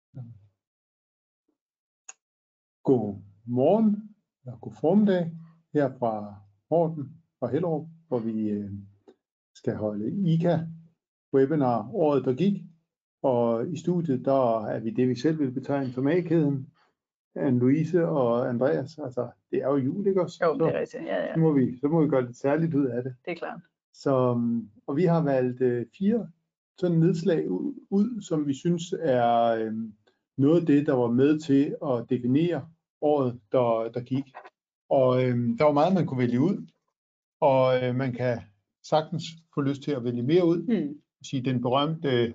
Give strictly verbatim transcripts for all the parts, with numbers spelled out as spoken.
God morgen og god formiddag her fra Morten fra Hellerup, hvor vi øh, skal holde I C A-webinar året, der gik. Og i studiet, der er vi det, vi selv vil betegne som A-kæden. Anne-Louise og Andreas, altså det er jo jul, ikke også? Jo, det er rigtigt. Ja, ja. Så må vi, så må vi gøre lidt særligt ud af det. Det er klart. Så, og vi har valgt øh, fire sådan nedslag ud, ud, som vi synes er øh, noget af det, der var med til at definere året, der, der gik. Og øh, der var meget, man kunne vælge ud, og øh, man kan sagtens få lyst til at vælge mere ud. Mm. Sige, den berømte,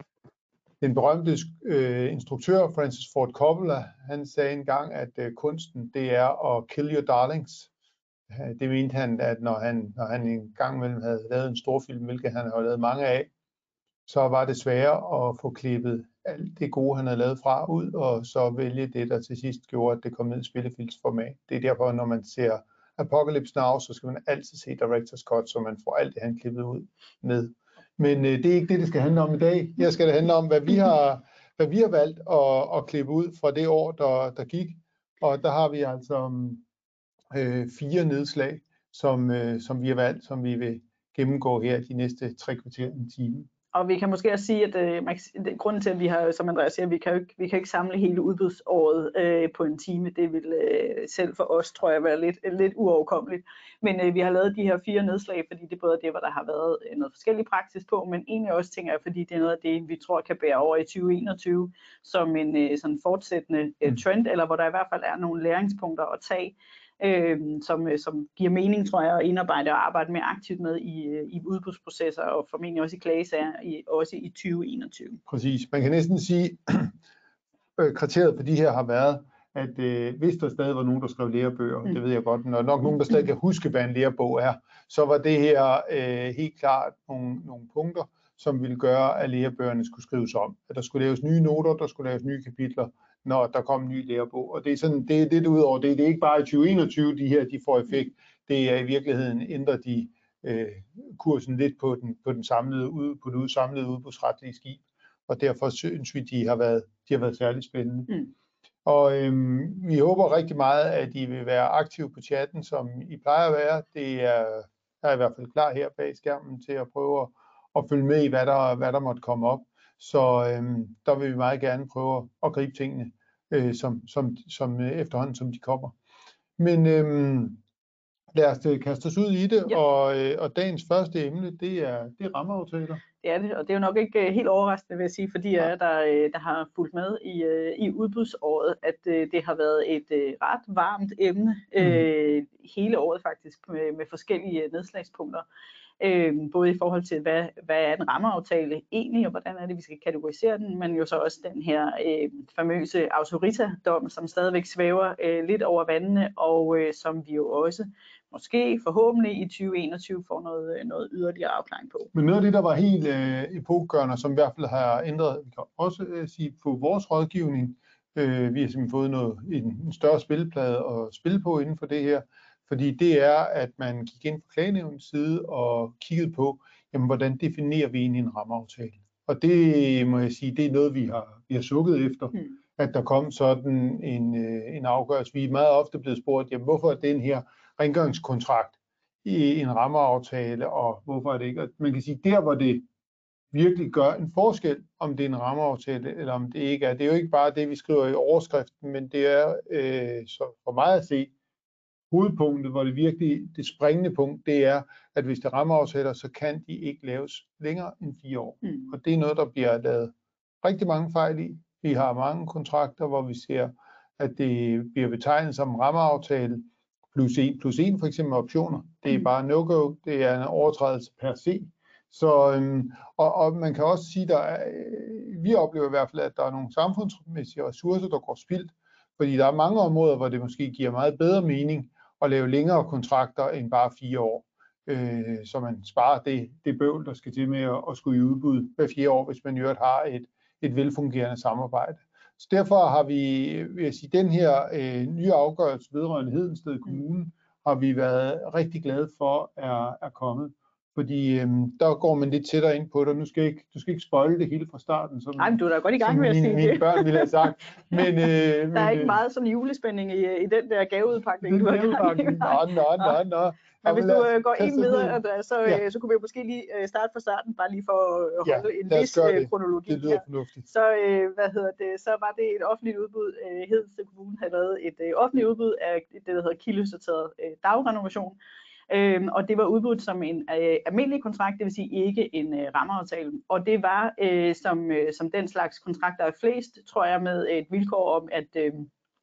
den berømte øh, instruktør Francis Ford Coppola, han sagde engang, at øh, kunsten, det er at kill your darlings. Det mente han, at når han, når han en gang imellem havde lavet en storfilm, hvilket han har lavet mange af, så var det sværere at få klippet alt det gode, han havde lavet fra ud, og så vælge det, der til sidst gjorde, at det kom ned i spillefilmsformat. Det er derfor, når man ser Apocalypse Now, så skal man altid se Director's Cut, så man får alt det, han klippet ud med. Men øh, det er ikke det, det skal handle om i dag. Her skal det handle om, hvad vi har, hvad vi har valgt at, at klippe ud fra det år, der, der gik. Og der har vi altså øh, fire nedslag, som, øh, som vi har valgt, som vi vil gennemgå her de næste tre kvarter en time. Og vi kan måske også sige, at øh, grunden til, at vi har, som Andreas siger, vi kan jo ikke, vi kan ikke samle hele udbudsåret øh, på en time. Det vil øh, selv for os, tror jeg, være lidt, lidt uoverkommeligt. Men øh, vi har lavet de her fire nedslag, fordi det både er det, hvor der har været noget forskellig praksis på, men egentlig også, tænker jeg, fordi det er noget af det, vi tror kan bære over i tyve enogtyve som en øh, sådan fortsættende øh, trend, eller hvor der i hvert fald er nogle læringspunkter at tage. Øh, som, som giver mening, tror jeg, at indarbejde og arbejde mere aktivt med i, i udbudsprocesser og formentlig også i klagesager, i, også i tyve enogtyve. Præcis. Man kan næsten sige, at kriteriet for de her har været, at øh, hvis der stadig var nogen, der skrev lærebøger, mm. det ved jeg godt, når nok nogen, der stadig kan huske, hvad en lærebog er, så var det her øh, helt klart nogle, nogle punkter, som ville gøre, at lærebøgerne skulle skrives om. At der skulle laves nye noter, der skulle laves nye kapitler, når der kom en ny lærebog. Og det er sådan, det er lidt ud over det. Det er ikke bare i tyve enogtyve, de her de får effekt. Det er i virkeligheden, ændrer de øh, kursen lidt på den, på den samlede, ud, på det samlede udbudsretlige skib. Og derfor synes vi, de har været, de har været særligt spændende. Mm. Og øhm, vi håber rigtig meget, at I vil være aktive på chatten, som I plejer at være. Det er, jeg er i hvert fald klar her bag skærmen til at prøve at, at følge med i, hvad der, hvad der måtte komme op. Så øhm, der vil vi meget gerne prøve at gribe tingene, øh, som, som, som efterhånden, som de kommer. Men øhm, lad os kaste os ud i det, ja. og, øh, og dagens første emne, det er, det er rammeaftaler. Det er det, og det er jo nok ikke helt overraskende, vil jeg sige, fordi jeg der, der har fulgt med i, i udbudsåret, at det har været et ret varmt emne mm. øh, hele året faktisk, med, med forskellige nedslagspunkter. Øh, både i forhold til, hvad, hvad er en rammeaftale egentlig, og hvordan er det, vi skal kategorisere den, men jo så også den her øh, famøse Autorita-dom, som stadigvæk svæver øh, lidt over vandene, og øh, som vi jo også måske forhåbentlig i tyve enogtyve får noget, noget yderligere afklaring på. Men noget af det, der var helt øh, epokegørende, som i hvert fald har ændret, vi kan også øh, sige på vores rådgivning, øh, vi har simpelthen fået noget, en, en større spilleplade at spille på inden for det her, fordi det er, at man gik ind fra klagenævnets side og kiggede på, jamen, hvordan definerer vi egentlig en rammeaftale. Og det må jeg sige, det er noget, vi har, vi har sukket efter, mm. at der kom sådan en, en afgørelse. Vi er meget ofte blevet spurgt, jamen, hvorfor er den her rengøringskontrakt i en rammeaftale, og hvorfor er det ikke? Og man kan sige, der hvor det virkelig gør en forskel, om det er en rammeaftale, eller om det ikke er. Det er jo ikke bare det, vi skriver i overskriften, men det er, øh, så for mig at se, hovedpunktet, hvor det virkelig, det springende punkt, det er, at hvis det rammeaftaler, så kan de ikke laves længere end fire år. Mm. Og det er noget, der bliver lavet rigtig mange fejl i. Vi har mange kontrakter, hvor vi ser, at det bliver betegnet som en rammeaftale, plus en, plus en for eksempel optioner. Det er mm. bare no-go, det er en overtrædelse per se. Så, øhm, og, og man kan også sige, at vi oplever i hvert fald, at der er nogle samfundsmæssige ressourcer, der går spildt, fordi der er mange områder, hvor det måske giver meget bedre mening at lave længere kontrakter end bare fire år, øh, så man sparer det, det bøvl, der skal til med at, at skulle i udbud hver fire år, hvis man i øvrigt har et, et velfungerende samarbejde. Så derfor har vi, vil jeg sige, den her øh, nye afgørelse vedrørende Hedensted Kommune, har vi været rigtig glade for er, er kommet. Fordi øhm, der går man lidt tættere ind på det. Nu skal ikke, du skal ikke spoile det hele fra starten, som, Ej, men du er da godt i gang som med at mine, sige mine det. børn ville have sagt. Men, øh, der men, er ikke øh, meget sådan julespænding i, i den der gaveudpakning, den du har gang i. gavepakken, nå, nå, nå, nå. Men hvis du øh, går Kast ind os videre, ned. at, så, Ja. øh, så kunne vi måske lige øh, starte fra starten, bare lige for at Ja, holde en lad os vis gøre øh, det. kronologi Det lyder her. fornuftigt. Så, øh, hvad hedder det, så var det et offentligt udbud. Øh, Hedensted Kommune havde lavet et øh, offentligt udbud af det, der hedder kildesorteret øh, dagrenovation. Øhm, og det var udbudt som en øh, almindelig kontrakt, det vil sige ikke en øh, rammeaftale. Og det var øh, som, øh, som den slags kontrakter er flest, tror jeg, med et vilkår om, at øh,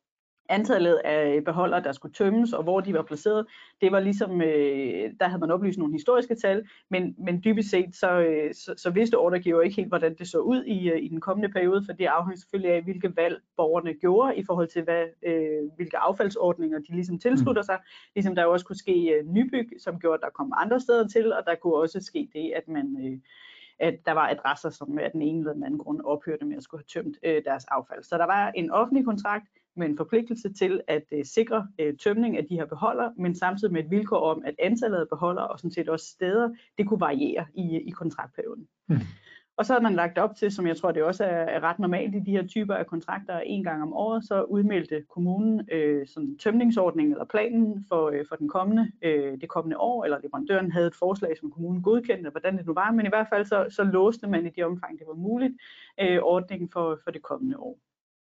antallet af beholdere, der skulle tømmes, og hvor de var placeret, det var ligesom, øh, der havde man oplyst nogle historiske tal, men, men dybest set, så, øh, så, så vidste ordregiver ikke helt, hvordan det så ud i, øh, i den kommende periode, for det afhænger selvfølgelig af, hvilke valg borgerne gjorde i forhold til, hvad, øh, hvilke affaldsordninger de ligesom tilslutter sig. Ligesom der også kunne ske øh, nybyg, som gjorde, at der kom andre steder til, og der kunne også ske det, at man... Øh, at der var adresser, som af den ene eller den anden grund ophørte med at skulle have tømt øh, deres affald. Så der var en offentlig kontrakt med en forpligtelse til at øh, sikre øh, tømning af de her beholdere, men samtidig med et vilkår om, at antallet af beholdere og sådan set også steder, det kunne variere i, i kontraktperioden. Mm. Og så har man lagt op til, som jeg tror det også er, er ret normalt i de her typer af kontrakter, en gang om året, så udmeldte kommunen øh, sådan tømningsordningen eller planen for, øh, for den kommende, øh, det kommende år, eller leverandøren havde et forslag, som kommunen godkendte, hvordan det nu var, men i hvert fald så, så låste man i det omfang, det var muligt, øh, ordningen for, for det kommende år.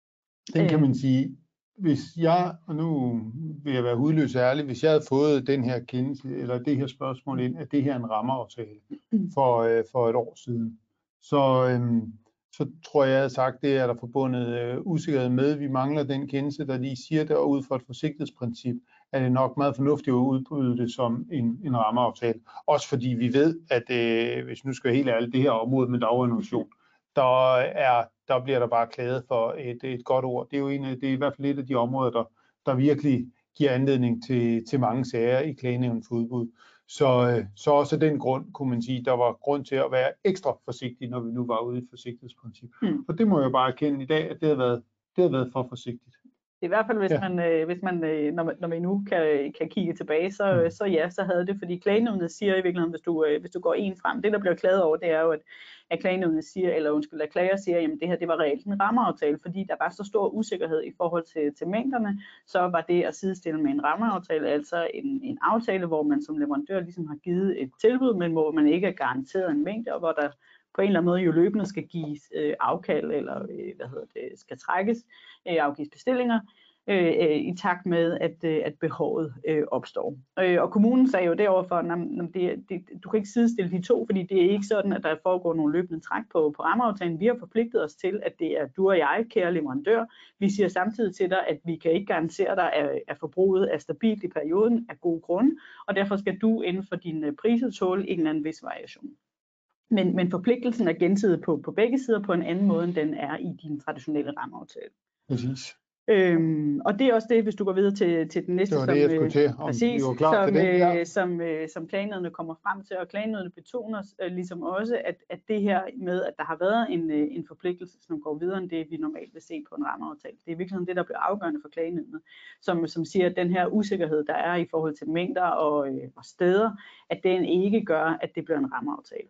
Den kan man sige, hvis jeg, og nu vil jeg være hudløs ærlig, hvis jeg havde fået den her kendelse, eller det her spørgsmål ind, at det her er en rammeaftale for, øh, for et år siden, så, øhm, så tror jeg, jeg havde sagt, det er der forbundet øh, usikkerhed med. Vi mangler den kendelse, der lige siger det, og ud fra et forsigtighedsprincip er det nok meget fornuftigt at udbryde det som en, en rammeaftale. Også fordi vi ved, at øh, hvis nu skal jeg helt ærligt, det her område med dagrenovation, der, er, der bliver der bare klaget for et, et godt ord. Det er jo en af, det er i hvert fald et af de områder, der, der virkelig giver anledning til, til mange sager i klagenævnet for udbud. Så, så også af den grund kunne man sige, der var grund til at være ekstra forsigtig, når vi nu var ude i et forsigtighedsprincip. Mm. Og det må jeg bare erkende i dag, at det har været, det har været for forsigtigt. I hvert fald, hvis ja. man, øh, hvis man øh, når, når vi nu kan, kan kigge tilbage, så, mm. så ja, så havde det, fordi klagenævnet siger i virkeligheden, hvis du, øh, hvis du går en frem, det der bliver klaget over, det er jo, at, at klagenævnet siger, eller undskyld, at klager siger, jamen det her, det var reelt en rammeaftale, fordi der var så stor usikkerhed i forhold til, til mængderne, så var det at sidestille med en rammeaftale, altså en, en aftale, hvor man som leverandør ligesom har givet et tilbud, men hvor man ikke er garanteret en mængde, og hvor der på en eller anden måde jo løbende skal gives øh, afkald, eller øh, hvad hedder det, skal trækkes øh, afgives bestillinger, øh, øh, i takt med, at, øh, at behovet øh, opstår. Øh, og kommunen sagde jo deroverfor, at det, det, du kan ikke sidestille de to, fordi det er ikke sådan, at der foregår nogle løbende træk på, på rammeaftalen. Vi har forpligtet os til, at det er du og jeg, kære leverandør. Vi siger samtidig til dig, at vi kan ikke garantere dig, at, at forbruget er stabilt i perioden af gode grunde, og derfor skal du inden for dine priser tåle en eller anden vis variation. Men, men forpligtelsen er gensidig på, på begge sider på en anden måde, end den er i din traditionelle rammeaftale. Præcis. Øhm, og det er også det, hvis du går videre til, til den næste, det var det, jeg skulle til, om præcis, vi var klar som, til den, ja. øh, som, øh, som klagenævnet kommer frem til, og klagenævnet betoner øh, ligesom også, at, at det her med, at der har været en, øh, en forpligtelse, som går videre end det, vi normalt vil se på en rammeaftale. Det er virkelig det, der bliver afgørende for klagenævnet, som, som siger, at den her usikkerhed, der er i forhold til mængder og, øh, og steder, at den ikke gør, at det bliver en rammeaftale.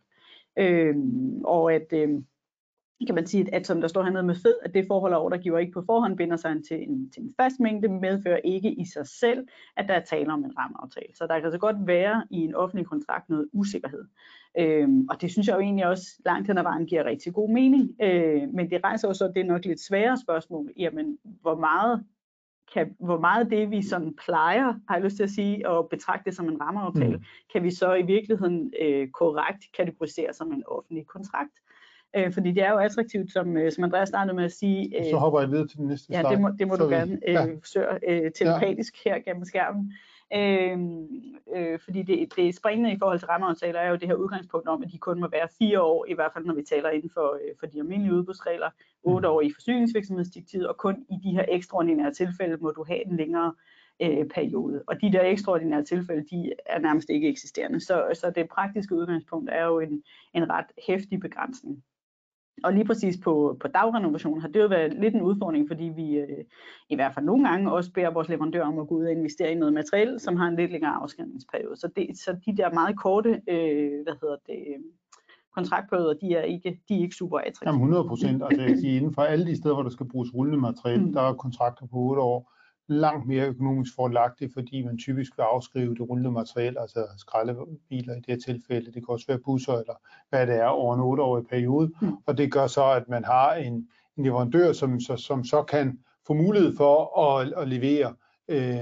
Øhm, og at øh, kan man sige, at, at som der står hernede med fed, at det forhold, at ordregiver ikke på forhånd binder sig til en, til en fast mængde, medfører ikke i sig selv, at der er tale om en rammeaftale. Så der kan altså godt være i en offentlig kontrakt noget usikkerhed. Øhm, og det synes jeg jo egentlig også langt hen ad vejen giver rigtig god mening. Øh, men det rejser jo så, det er nok lidt svære spørgsmål. Jamen, hvor meget Kan, hvor meget det, vi sådan plejer, har jeg lyst til at sige, at betragte som en rammeaftale, mm. kan vi så i virkeligheden øh, korrekt kategorisere som en offentlig kontrakt. Øh, fordi det er jo attraktivt, som, øh, som Andreas startede med at sige. Øh, så hopper jeg videre til den næste ja, slide. det må, det må du vi, gerne øh, ja. forsøge øh, telepatisk ja. her gennem skærmen. Øh, øh, fordi det, det springende i forhold til rammeaftaler er jo det her udgangspunkt om, at de kun må være fire år, i hvert fald når vi taler inden for, øh, for de almindelige udbudsregler, otte år i forsyningsvirksomhedsdirektivet, og kun i de her ekstraordinære tilfælde må du have en længere øh, periode. Og de der ekstraordinære tilfælde, de er nærmest ikke eksisterende. Så, så det praktiske udgangspunkt er jo en, en ret heftig begrænsning. Og lige præcis på, på dagrenovation har det jo været lidt en udfordring, fordi vi øh, i hvert fald nogle gange også beder vores leverandører om at gå ud og investere i noget materiale, som har en lidt længere afskrivningsperiode. Så, det, så de der meget korte øh, hvad hedder det, kontraktperioder, de er ikke, de er ikke super attraktive. Jamen hundrede procent. Altså jeg siger, inden for alle de steder, hvor der skal bruges rullende materiale, mm. der er kontrakter på otte år langt mere økonomisk fordelagtigt, fordi man typisk vil afskrive det rullende materiale, altså skraldebiler i det her tilfælde. Det kan også være busser eller hvad det er over en otteårig periode. Mm. Og det gør så, at man har en, en leverandør, som så, som så kan få mulighed for at, at levere øh,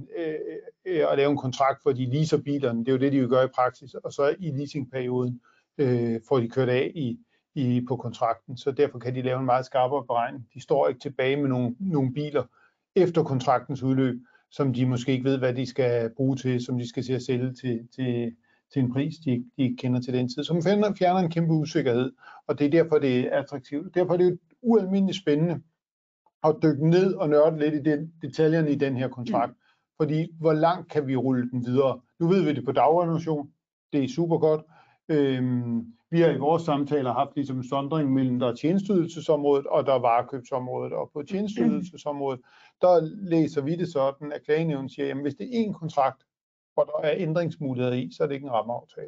øh, og lave en kontrakt, hvor de leaser bilerne. Det er jo det, de jo gør i praksis. Og så i leasingperioden øh, får de kørt af i, i, på kontrakten. Så derfor kan de lave en meget skarpere beregning. De står ikke tilbage med nogle, nogle biler efter kontraktens udløb, som de måske ikke ved, hvad de skal bruge til, som de skal til at sælge til, til, til en pris, de, de ikke kender til den tid. Som fjerner en kæmpe usikkerhed, og det er derfor, det er attraktivt. Derfor er det jo ualmindeligt spændende at dykke ned og nørde lidt i den, detaljerne i den her kontrakt. Mm. Fordi hvor langt kan vi rulle den videre? Nu ved vi det på dagrenovation. Det er super godt. Øhm, vi har i vores samtaler haft ligesom en sondring mellem der er tjenesteydelsesområdet og der er varekøbsområdet, og på tjenesteydelsesområdet, der læser vi det sådan, at klagenævnet siger, jamen hvis det er én kontrakt, hvor der er ændringsmuligheder i, så er det ikke en rammeaftale.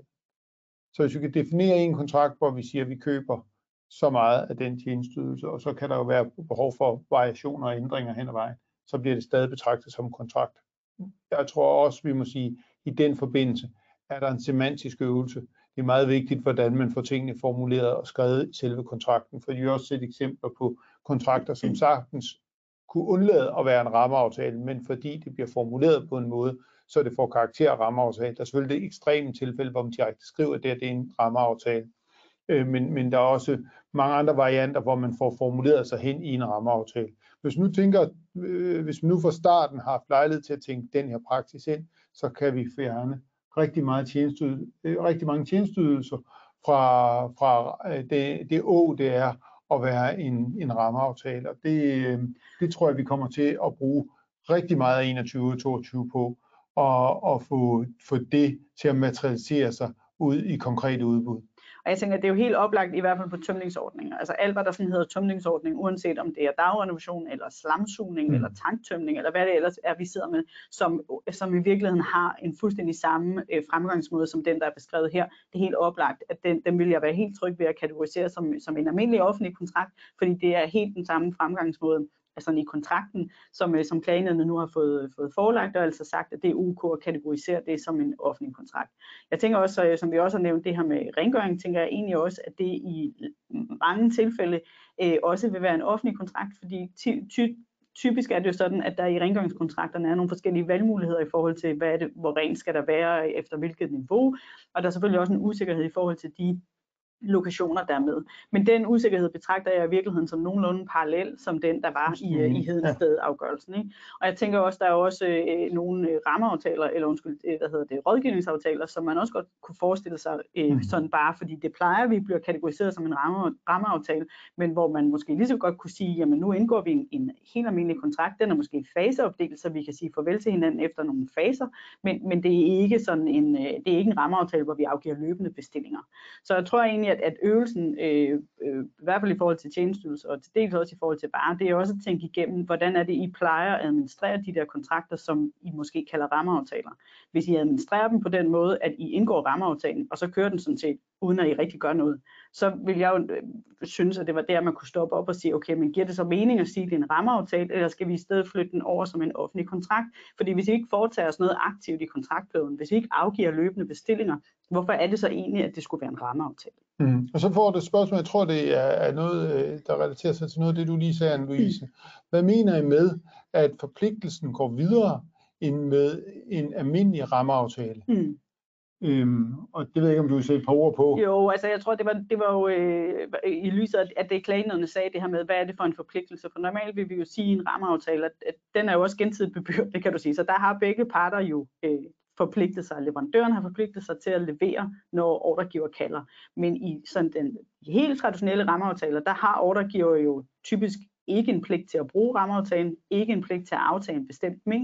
Så hvis vi kan definere en kontrakt, hvor vi siger, at vi køber så meget af den tjenesteydelse, og så kan der jo være behov for variationer og ændringer hen ad vejen, så bliver det stadig betragtet som en kontrakt. Jeg tror også, vi må sige, at i den forbindelse er der en semantisk øvelse. Det er meget vigtigt, hvordan man får tingene formuleret og skrevet i selve kontrakten, for vi har også set eksempler på kontrakter, som sagtens kunne undlade at være en rammeaftale, men fordi det bliver formuleret på en måde, så det får karakter af rammeaftale. Der er selvfølgelig det ekstreme tilfælde, hvor man direkte skriver, at det, at det er en rammeaftale. Men, men der er også mange andre varianter, hvor man får formuleret sig hen i en rammeaftale. Hvis nu tænker, øh, hvis vi nu fra starten har haft lejlighed til at tænke den her praksis ind, så kan vi fjerne rigtig, meget tjenestyd, rigtig mange tjenesteydelser fra, fra det, det å, det er at være en, en rammeaftale. Og det, det tror jeg, vi kommer til at bruge rigtig meget af enogtyve og toogtyve på, og, og få, få det til at materialisere sig ud i konkrete udbud. Og jeg tænker, at det er jo helt oplagt, i hvert fald på tømningsordninger. Altså alt, hvad der sådan hedder tømningsordning, uanset om det er dagrenovation, eller slamsugning, mm. eller tanktømning, eller hvad det ellers er, vi sidder med, som, som i virkeligheden har en fuldstændig samme øh, fremgangsmåde, som den, der er beskrevet her. Det er helt oplagt, at den, den vil jeg være helt tryg ved at kategorisere som, som en almindelig offentlig kontrakt, fordi det er helt den samme fremgangsmåde, altså i kontrakten, som, som klagenævnet nu har fået, fået forelagt, og altså sagt, at det er U K at kategorisere det som en offentlig kontrakt. Jeg tænker også, som vi også har nævnt, det her med rengøring, tænker jeg egentlig også, at det i mange tilfælde øh, også vil være en offentlig kontrakt, fordi ty, ty, typisk er det jo sådan, at der i rengøringskontrakterne er nogle forskellige valgmuligheder i forhold til, hvad er det, hvor rent skal der være, efter hvilket niveau, og der er selvfølgelig også en usikkerhed i forhold til de lokationer dermed. Men den usikkerhed betragter jeg i virkeligheden som nogenlunde parallel som den, der var i, i Hedensted-afgørelsen. Ikke? Og jeg tænker også, der er også øh, nogle rammeaftaler, eller undskyld, øh, hvad hedder det, rådgivningsaftaler, som man også godt kunne forestille sig øh, mm. sådan bare, fordi det plejer, vi bliver kategoriseret som en ramme, rammeaftale, men hvor man måske lige så godt kunne sige, jamen nu indgår vi en, en helt almindelig kontrakt, den er måske faseopdelt, så vi kan sige farvel til hinanden efter nogle faser, men, men det er ikke sådan en, øh, det er ikke en rammeaftale, hvor vi afgiver løbende bestillinger. Så jeg tror egentlig, at, at øvelsen, øh, øh, i hvert fald i forhold til tjenesteydelser, og til dels også i forhold til varer, det er også at tænke igennem, hvordan er det, I plejer at administrere de der kontrakter, som I måske kalder rammeaftaler. Hvis I administrerer dem på den måde, at I indgår rammeaftalen, og så kører den sådan set, uden at I rigtig gør noget, så vil jeg jo øh, synes, at det var der, man kunne stoppe op og sige, okay, men giver det så mening at sige, at det er en rammeaftale, eller skal vi i stedet flytte den over som en offentlig kontrakt? Fordi hvis I ikke foretager os noget aktivt i kontraktperioden, hvis I ikke afgiver løbende bestillinger, hvorfor er det så egentlig, at det skulle være en rammeaftale? Mm. Og så får du et spørgsmål, jeg tror, det er noget, der relaterer sig til noget af det, du lige sagde, Anne-Louise. Hvad mener I med, at forpligtelsen går videre end med en almindelig rammeaftale? Mm. Øhm, og det ved jeg ikke, om du vil sætte et par ord på. Jo, altså jeg tror, det var, det var jo øh, i lyset af, at det klagenævnet sagde det her med, hvad er det for en forpligtelse? For normalt vil vi jo sige i en rammeaftale, at, at den er jo også gensidigt bebyrdet, det kan du sige. Så der har begge parter jo øh, forpligtet sig. Leverandøren har forpligtet sig til at levere, når ordregiver kalder. Men i sådan den helt traditionelle rammeaftaler, der har ordregiver jo typisk ikke en pligt til at bruge rammeaftalen, ikke en pligt til at aftage en bestemt mængde,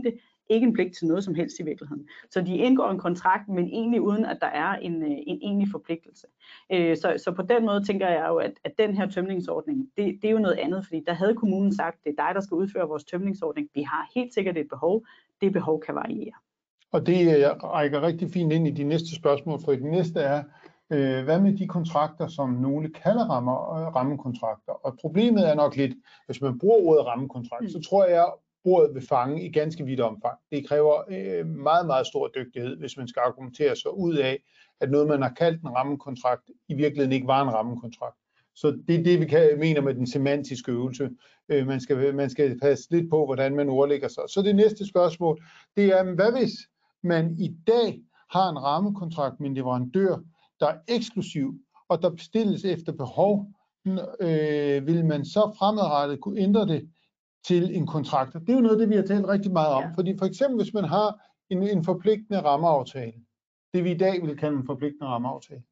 ikke en pligt til noget som helst i virkeligheden. Så de indgår en kontrakt, men egentlig uden at der er en, en egentlig forpligtelse. Så, så på den måde tænker jeg jo, at, at den her tømningsordning, det, det er jo noget andet, fordi der havde kommunen sagt, det er dig, der skal udføre vores tømningsordning. Vi har helt sikkert et behov. Det behov kan variere. Og det rækker rigtig fint ind i de næste spørgsmål, for det næste er, øh, hvad med de kontrakter, som nogle kalder rammer, rammekontrakter? Og problemet er nok lidt, hvis man bruger ordet rammekontrakt, mm. så tror jeg, ordet vil fange i ganske vidt omfang. Det kræver øh, meget, meget stor dygtighed, hvis man skal argumentere sig ud af, at noget, man har kaldt en rammekontrakt, i virkeligheden ikke var en rammekontrakt. Så det er det, vi kan, mener med den semantiske øvelse. Øh, man, skal, man skal passe lidt på, hvordan man ordlægger sig. Så det næste spørgsmål, det er, hvad hvis man i dag har en rammekontrakt med en leverandør, der er eksklusiv, og der bestilles efter behov, øh, vil man så fremadrettet kunne ændre det til en kontrakt? Det er jo noget, det vi har talt rigtig meget om. Ja. Fordi for eksempel, hvis man har en, en forpligtende rammeaftale, det vi i dag vil kalde en forpligtende rammeaftale.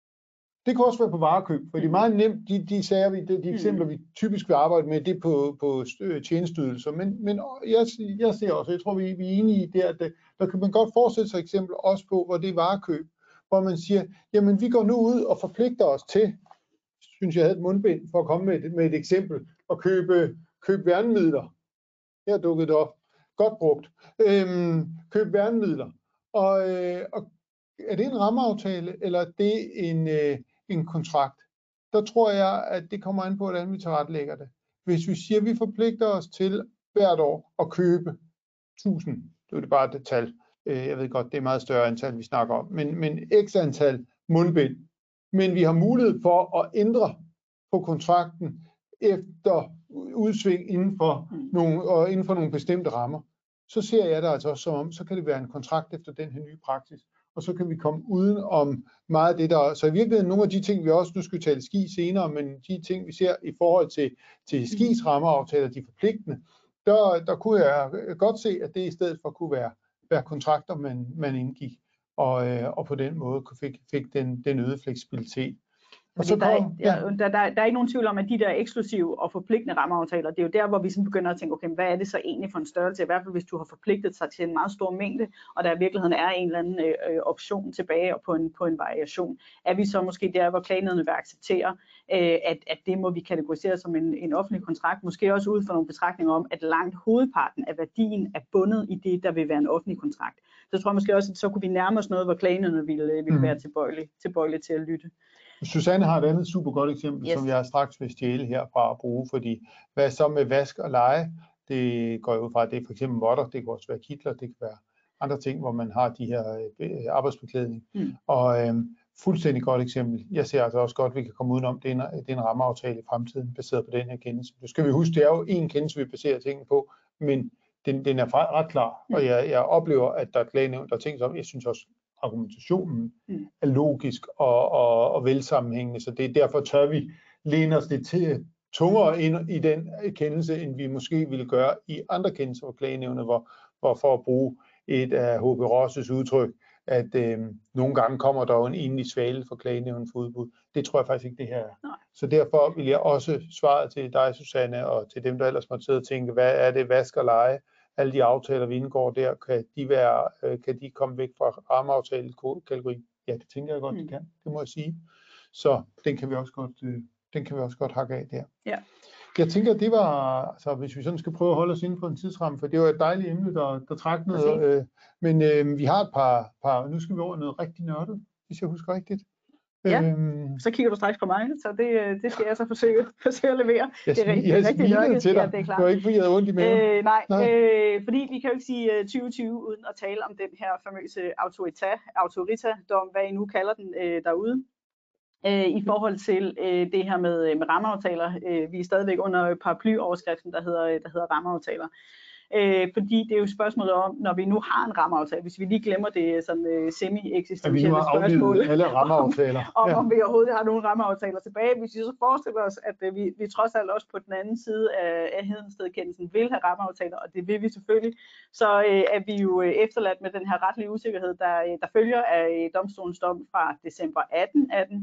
Det kan også være på varekøb, for det er meget nemt, de, de, sager, vi, de, de eksempler, vi typisk vil arbejde med, det på, på tjenesteydelser. Men, men jeg, jeg ser også, jeg tror, vi, vi er enige i det, at der kan man godt forestille sig eksempler også på, hvor det er varekøb, hvor man siger, jamen vi går nu ud og forpligter os til, synes jeg havde et mundbind for at komme med et, med et eksempel, at købe, købe værnemidler. Her dukkede det op. Godt brugt. Øhm, købe værnemidler. Og, øh, og er det en rammeaftale, eller er det en, øh, en kontrakt? Der tror jeg, at det kommer an på, hvordan vi tilrettelægger det. Hvis vi siger, at vi forpligter os til hvert år at købe tusind, det er det bare et tal. Jeg ved godt, det er meget større antal, vi snakker om, men, men x antal mundbind. Men vi har mulighed for at ændre på kontrakten efter udsving inden for, mm. nogle, og inden for nogle bestemte rammer. Så ser jeg det altså også som om, så kan det være en kontrakt efter den her nye praksis. Og så kan vi komme uden om meget af det der. Så i virkeligheden nogle af de ting, vi også, nu skal vi tale ski senere, men de ting, vi ser i forhold til, til skis rammeaftaler, de forpligtende, der, der kunne jeg godt se, at det i stedet for kunne være, være kontrakter, man, man indgik, og, øh, og på den måde fik, fik den, den øgede fleksibilitet. Og så der, kommer, ja. der, der, der, der er ikke nogen tvivl om, at de der eksklusive og forpligtende rammeaftaler, det er jo der, hvor vi sådan begynder at tænke, okay, hvad er det så egentlig for en størrelse? I hvert fald hvis du har forpligtet sig til en meget stor mængde, og der i virkeligheden er en eller anden øh, option tilbage og på en, på en variation. Er vi så måske der, hvor klagenævnet vil acceptere, øh, at, at det må vi kategorisere som en, en offentlig kontrakt, måske også ud fra nogle betragtninger om, at langt hovedparten af værdien er bundet i det, der vil være en offentlig kontrakt. Så jeg tror måske også, at så kunne vi nærme os noget, hvor klagenævnet ville, ville mm. være tilbøjelige tilbøjelig til at lytte. Susanne har et andet super godt eksempel, yes. som jeg straks vil stjæle herfra at bruge, fordi hvad så med vask og leje? Det går jo ud fra, at det er for eksempel votter, det kan også være kitler, det kan være andre ting, hvor man har de her arbejdsbeklædning. Mm. Og øhm, fuldstændig godt eksempel. Jeg ser altså også godt, at vi kan komme udenom, det er en, det er en rammeaftale i fremtiden, baseret på den her kendelse. Nu skal vi huske, det er jo en kendelse, vi baserer tingene på, men den, den er ret klar, mm. og jeg, jeg oplever, at der er klagenævn, der er ting som, jeg synes også, argumentationen mm. er logisk og, og, og velsammenhængende, så det er derfor tør vi læne os lidt til tungere ind i den kendelse, end vi måske ville gøre i andre kendelser for klagenævnet, hvor, hvor for at bruge et af H P Rosses udtryk, at øh, nogle gange kommer der jo en enlig svale for klagenævnet for udbud. Det tror jeg faktisk ikke, det her er. Nej. Så derfor vil jeg også svare til dig, Susanne, og til dem, der ellers måtte sidde og tænke, hvad er det, vask og leje? Alle de aftaler, vi indgår der, kan de, være, kan de komme væk fra rammeaftalekategori? Ja, det tænker jeg godt, mm. de kan. Det må jeg sige. Så den kan vi også godt, den kan vi også godt hakke af der. Ja. Jeg tænker, det var, altså hvis vi sådan skal prøve at holde os inde på en tidsramme, for det var et dejligt emne, der, der trak noget. Øh, men øh, vi har et par, par, nu skal vi over noget rigtig nørdet, hvis jeg husker rigtigt. Ja, øhm, så kigger du straks på mig, så det, det skal jeg så forsøge, forsøge at levere. Jeg, det er rigtig, jeg rigtig nørdet til dig. Ja, det er klart. Det var ikke, fordi jeg havde ondt i maven. Øh, nej, nej. Øh, fordi vi kan jo ikke sige tyve tyve uden at tale om den her famøse autorita, autorita-dom, hvad I nu kalder den øh, derude. Øh, I forhold til øh, det her med, med rammeaftaler. Øh, vi er stadigvæk under paraplyoverskriften, der hedder, der hedder rammeaftaler. Øh, fordi det er jo spørgsmålet om, når vi nu har en rammeaftale, hvis vi lige glemmer det sådan øh, semi-eksistentielle spørgsmål, alle rammeaftaler. om, ja. om vi overhovedet har nogle rammeaftaler tilbage. Hvis vi så forestiller os, at øh, vi, vi trods alt også på den anden side af, af Hedenstedkendelsen vil have rammeaftaler, og det vil vi selvfølgelig, så øh, er vi jo efterladt med den her retlige usikkerhed, der, der følger af domstolens dom fra december atten atten.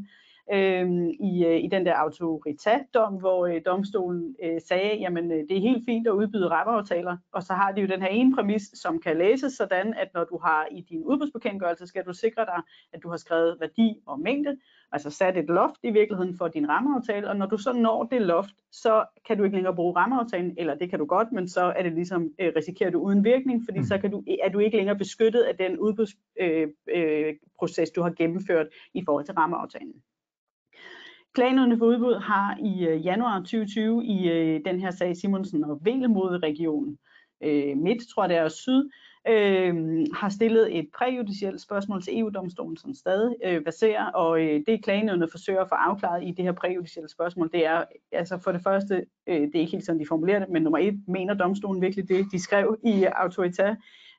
øh, i, øh, i den der Autorita-dom, hvor øh, domstolen øh, sagde, jamen øh, det er helt fint at udbyde rammeaftaler, og så har de jo den her ene præmis, som kan læses sådan, at når du har i din udbudsbekendtgørelse, skal du sikre dig, at du har skrevet værdi og mængde, altså sat et loft i virkeligheden for din rammeaftale, og når du så når det loft, så kan du ikke længere bruge rammeaftalen, eller det kan du godt, men så er det ligesom, øh, risikerer du uden virkning, fordi så kan du, er du ikke længere beskyttet af den udbudsproces, øh, øh, du har gennemført i forhold til rammeaftalen. Klagenævnet for udbud har i øh, januar tyve tyve i øh, den her sag Simonsen og Wedel mod regionen øh, Midt, tror jeg det er, Syd, øh, har stillet et præjudicielt spørgsmål til E U-domstolen, som stadig øh, baserer, og øh, det klagenævnet forsøger at få afklaret i det her præjudicielle spørgsmål, det er altså for det første, øh, det er ikke helt sådan, de formulerer det, men nummer et, mener domstolen virkelig det, de skrev i Autorita,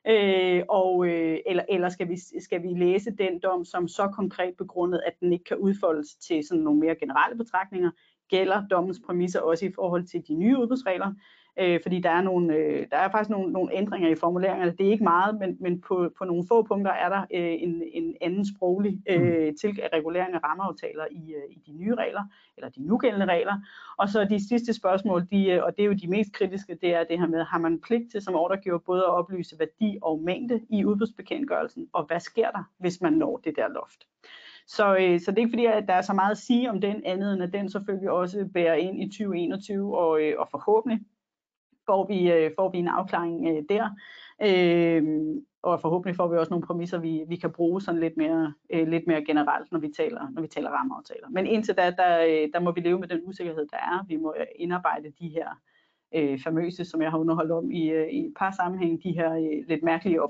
øh, og, øh, eller, eller skal, vi, skal vi læse den dom som så konkret begrundet, at den ikke kan udfoldes til sådan nogle mere generelle betragtninger, gælder dommens præmisser også i forhold til de nye udbudsregler, øh, fordi der er, nogle, øh, der er faktisk nogle, nogle ændringer i formuleringerne. Det er ikke meget, men, men på, på nogle få punkter er der øh, en, en anden sproglig øh, til regulering af rammeaftaler i, øh, i de nye regler, eller de nugældende regler. Og så de sidste spørgsmål, de, og det er jo de mest kritiske, det er det her med, har man pligt til som ordregiver både at oplyse værdi og mængde i udbudsbekendtgørelsen, og hvad sker der, hvis man når det der loft? Så, øh, så det er ikke fordi, at der er så meget at sige om den andet, end at den selvfølgelig også bærer ind i tyve enogtyve, og, øh, og forhåbentlig får vi, øh, får vi en afklaring øh, der. Øh, og forhåbentlig får vi også nogle præmisser, vi, vi kan bruge sådan lidt mere, øh, lidt mere generelt, når vi taler, når vi taler rammeaftaler. Men indtil da, der, der må vi leve med den usikkerhed, der er. Vi må indarbejde de her øh, famøse, som jeg har underholdt om i, øh, i et par sammenhæng, de her øh, lidt mærkelige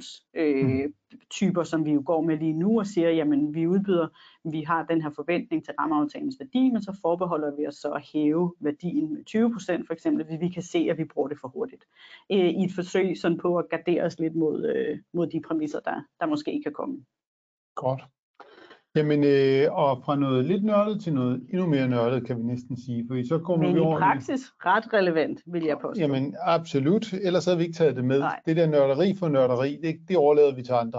optionstyper, øh, som vi jo går med lige nu og siger, jamen vi udbyder, vi har den her forventning til rammeaftalens værdi, men så forbeholder vi os så at hæve værdien med tyve procent for eksempel, hvis vi kan se, at vi bruger det for hurtigt. Øh, I et forsøg sådan på at gardere os lidt mod, øh, mod de præmisser, der, der måske kan komme. Godt. Jamen, øh, og fra noget lidt nørdet til noget endnu mere nørdet, kan vi næsten sige. For så kommer Men vi i over praksis ret relevant, vil jeg påstå. Jamen, absolut. Ellers havde vi ikke taget det med. Nej. Det der nørderi for nørderi, det, det overlader vi til andre.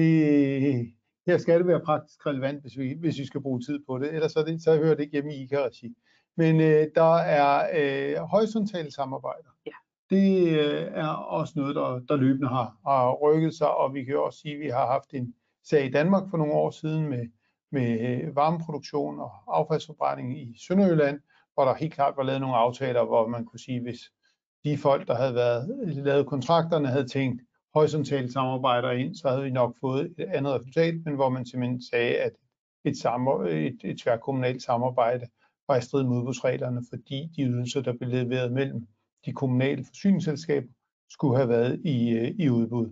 Det, her skal det være praktisk relevant, hvis vi, hvis vi skal bruge tid på det. Ellers så, det, så hører det ikke hjemme i I C A-regi. Men øh, der er øh, horisontale samarbejder. Ja. Det øh, er også noget, der, der løbende har, har rykket sig, og vi kan jo også sige, at vi har haft en sag i Danmark for nogle år siden med med varmeproduktion og affaldsforbrænding i Sønderjylland, hvor der helt klart var lavet nogle aftaler, hvor man kunne sige, hvis de folk, der havde været, lavet kontrakterne, havde tænkt horisontale samarbejder ind, så havde vi nok fået et andet resultat, men hvor man simpelthen sagde, at et, samar- et, et tværkommunalt samarbejde var i strid med udbudsreglerne, fordi de ydelser, der blev leveret mellem de kommunale forsyningsselskaber, skulle have været i, i udbud.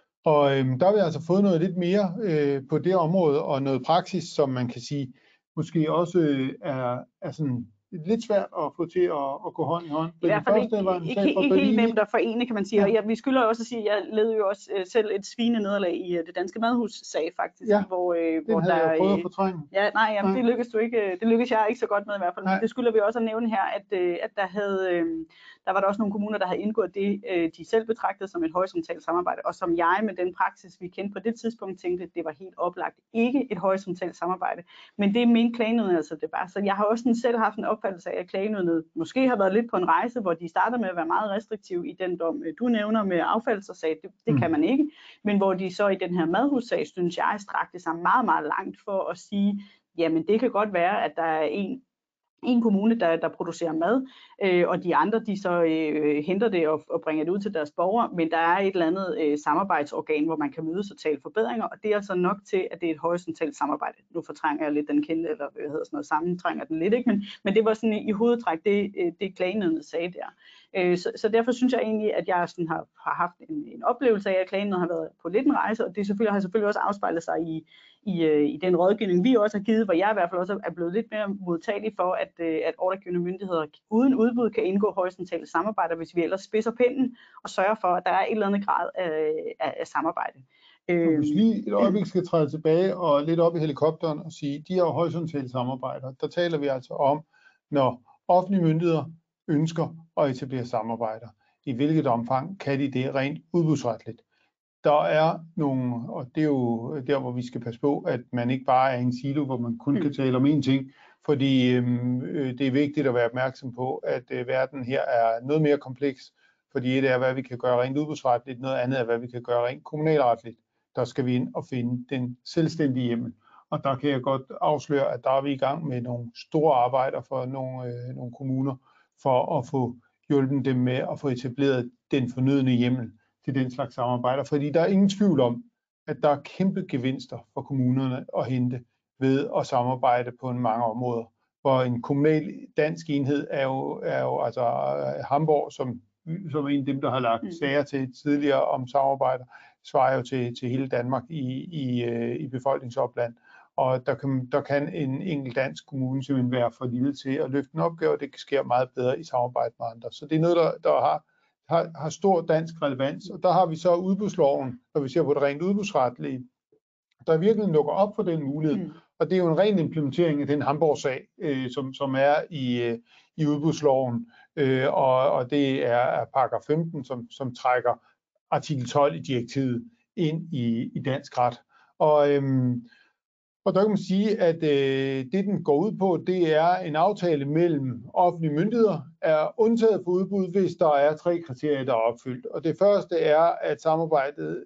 Og øhm, der har vi altså fået noget lidt mere øh, på det område, og noget praksis, som man kan sige, måske også øh, er, er sådan lidt svært at få til at, at gå hånd i hånd. I hvert fald ikke, ikke, ikke, ikke helt nemt at forene, kan man sige. Ja. Og ja, vi skylder også at sige, at jeg led jo også øh, selv et svine nederlag i øh, det danske madhussag faktisk. Ja, hvor, øh, den hvor havde der, jeg prøvet at fortrænge. Ja, nej, jamen, nej. Det lykkedes du ikke. Det lykkedes jeg ikke så godt med i hvert fald. Men det skylder vi også at nævne her, at, øh, at der, havde, øh, der var der også nogle kommuner, der havde indgået det, øh, de selv betragtede som et horisontalt samarbejde, og som jeg med den praksis, vi kendte på det tidspunkt, tænkte, det var helt oplagt ikke et horisontalt samarbejde. Men det er min klagenød, altså det var. Så jeg har også selv haft en opfattelse af, at klagenødene måske har været lidt på en rejse, hvor de starter med at være meget restriktive i den dom, du nævner med affalds og sagde, det, det mm. kan man ikke. Men hvor de så i den her madhussag, synes jeg, strakte sig meget, meget langt for at sige, jamen det kan godt være, at der er en en kommune, der, der producerer mad, øh, og de andre, de så øh, henter det og, og bringer det ud til deres borgere, men der er et eller andet øh, samarbejdsorgan, hvor man kan mødes og tale forbedringer, og det er så nok til, at det er et horisontalt samarbejde. Nu fortrænger jeg lidt den kendte, eller hvad hedder sådan noget, sammentrænger den lidt, ikke? Men, men det var sådan i, i hovedtræk, det, det klagenødene sagde der. Øh, så, så derfor synes jeg egentlig, at jeg sådan har, har haft en, en oplevelse af, at klagenødene har været på lidt en rejse, og det selvfølgelig, har selvfølgelig også afspejlet sig i I, i den rådgivning, vi også har givet, hvor jeg i hvert fald også er blevet lidt mere modtagelig for, at, at ordregivende myndigheder uden udbud kan indgå horisontale samarbejder, hvis vi ellers spidser pinden og sørger for, at der er et eller andet grad af, af, af samarbejde. Og hvis lige et øjeblik skal træde tilbage og lidt op i helikopteren og sige, de her horisontale samarbejder, der taler vi altså om, når offentlige myndigheder ønsker at etablere samarbejder. I hvilket omfang kan de det rent udbudsretligt? der er nogle, og det er jo der, hvor vi skal passe på, at man ikke bare er en silo, hvor man kun kan tale om én ting, fordi øhm, øh, det er vigtigt at være opmærksom på, at øh, verden her er noget mere kompleks, fordi et er, hvad vi kan gøre rent udbudsretligt, noget andet er, hvad vi kan gøre rent kommunalretligt. Der skal vi ind og finde den selvstændige hjemmel. Og der kan jeg godt afsløre, at der er vi i gang med nogle store arbejder for nogle, øh, nogle kommuner, for at få hjulpet dem med at få etableret den fornødne hjemmel til den slags samarbejder. Fordi der er ingen tvivl om, at der er kæmpe gevinster for kommunerne at hente ved at samarbejde på en mange områder. Hvor en kommunal dansk enhed er jo, er jo altså Hamborg, som, som er en af dem, der har lagt sager til tidligere om samarbejder, svarer jo til, til hele Danmark i, i, i befolkningsopland. Og der kan, der kan en enkelt dansk kommune simpelthen være for lille til at løfte en opgave, og det sker meget bedre i samarbejde med andre. Så det er noget, der, der har, har, har stor dansk relevans. Og der har vi så udbudsloven, når vi ser på det rent udbudsretlige, der virkelig lukker op for den mulighed. Mm. Og det er jo en ren implementering af den Hamborg-sag, øh, som, som er i, øh, i udbudsloven. Øh, og, og det er, er paragraf femten, som, som trækker artikel tolv i direktivet ind i, i dansk ret. Og, øhm, og der kan man sige, at øh, det, den går ud på, det er en aftale mellem offentlige myndigheder, er undtaget for udbud, hvis der er tre kriterier, der er opfyldt. Og det første er, at samarbejdet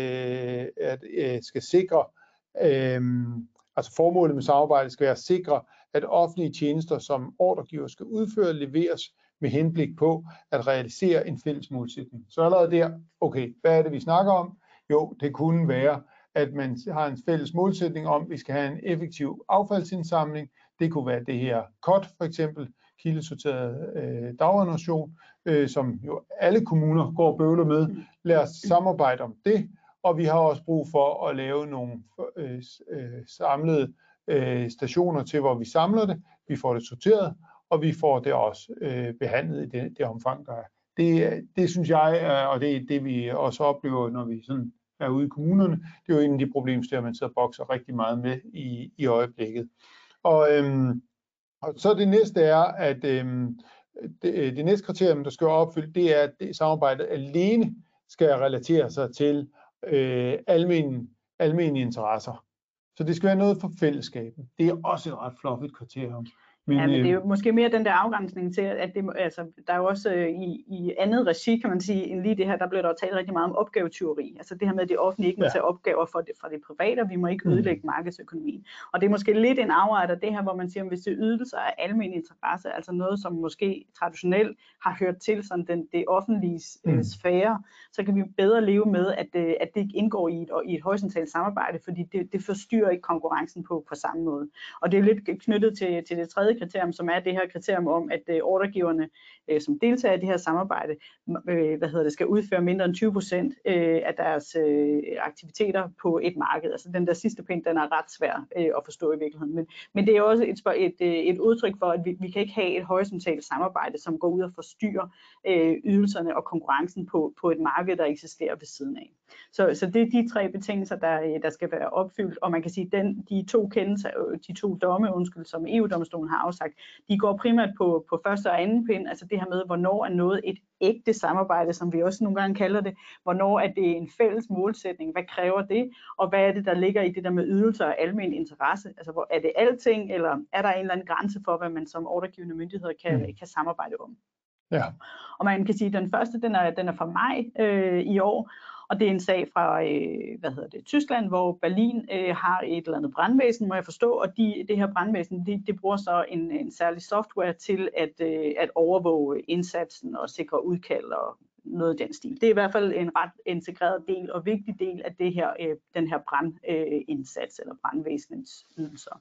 øh, at, øh, skal sikre, øh, altså formålet med samarbejdet skal være at sikre, at offentlige tjenester, som ordregiver skal udføre, leveres med henblik på at realisere en fælles målsætning. Så allerede der, okay, hvad er det, vi snakker om? Jo, det kunne være, at man har en fælles målsætning om, at vi skal have en effektiv affaldsindsamling. Det kunne være det her C O T, for eksempel, kildesorteret øh, daginformation, øh, som jo alle kommuner går og bøvler med. Lad os samarbejde om det, og vi har også brug for at lave nogle øh, øh, samlede øh, stationer til, hvor vi samler det. Vi får det sorteret, og vi får det også øh, behandlet i det, det omfang, der er. Det, det synes jeg, og det er det, vi også oplever, når vi sådan er ude i kommunerne. Det er jo en af de problemstillinger, man sidder og bokser rigtig meget med i, i øjeblikket. Og, øhm, og så det næste er, at øhm, det, det næste kriterium, der skal være opfyldt, det er, at det samarbejdet alene skal relatere sig til øh, almen, almene interesser. Så det skal være noget for fællesskabet. Det er også et ret fluffigt kriterium. Men, ja, men det er jo måske mere den der afgrænsning til, at det, altså, der er jo også øh, i, i andet regi, kan man sige, end lige det her, der bliver der jo talt rigtig meget om opgavetyveri. Altså det her med, at det offentlige ikke må tage opgaver fra det, fra det private, og vi må ikke ødelægge mm. markedsøkonomien. Og det er måske lidt en afret af det her, hvor man siger, at hvis det ydelser af almen interesse, altså noget, som måske traditionelt har hørt til sådan den, det offentlige mm. øh, sfære, så kan vi bedre leve med, at, øh, at det ikke indgår i et, i et horisontalt samarbejde, fordi det, det forstyrrer ikke konkurrencen på, på samme måde. Og det er lidt knyttet til, til det tredje kriterium, som er det her kriterium om, at øh, ordregiverne, øh, som deltager i det her samarbejde, øh, hvad hedder det, skal udføre mindre end tyve procent øh, af deres øh, aktiviteter på et marked. Altså den der sidste pind, den er ret svær øh, at forstå i virkeligheden. Men, men det er også et, et, et udtryk for, at vi, vi kan ikke have et horisontalt samarbejde, som går ud og forstyrrer øh, ydelserne og konkurrencen på, på et marked, der eksisterer ved siden af. Så, så det er de tre betingelser, der, der skal være opfyldt, og man kan sige, at de to kendelser, de to domme, undskyld, som E U-domstolen har afsagt, de går primært på, på første og anden pind, altså det her med, hvornår er noget et ægte samarbejde, som vi også nogle gange kalder det, hvornår er det en fælles målsætning, hvad kræver det, og hvad er det, der ligger i det der med ydelser og almen interesse, altså hvor, er det alting, eller er der en eller anden grænse for, hvad man som ordregivende myndigheder kan, mm. kan samarbejde om. Ja. Og man kan sige, at den første, den er, den er fra maj øh, i år, og det er en sag fra øh, hvad hedder det, Tyskland, hvor Berlin øh, har et eller andet brandvæsen, må jeg forstå, og de, det her brandvæsen, det de bruger så en, en særlig software til at, øh, at overvåge indsatsen og sikre udkald og noget i den stil. Det er i hvert fald en ret integreret del og vigtig del af det her, øh, den her brandindsats øh, eller brandvæsenets ydelser.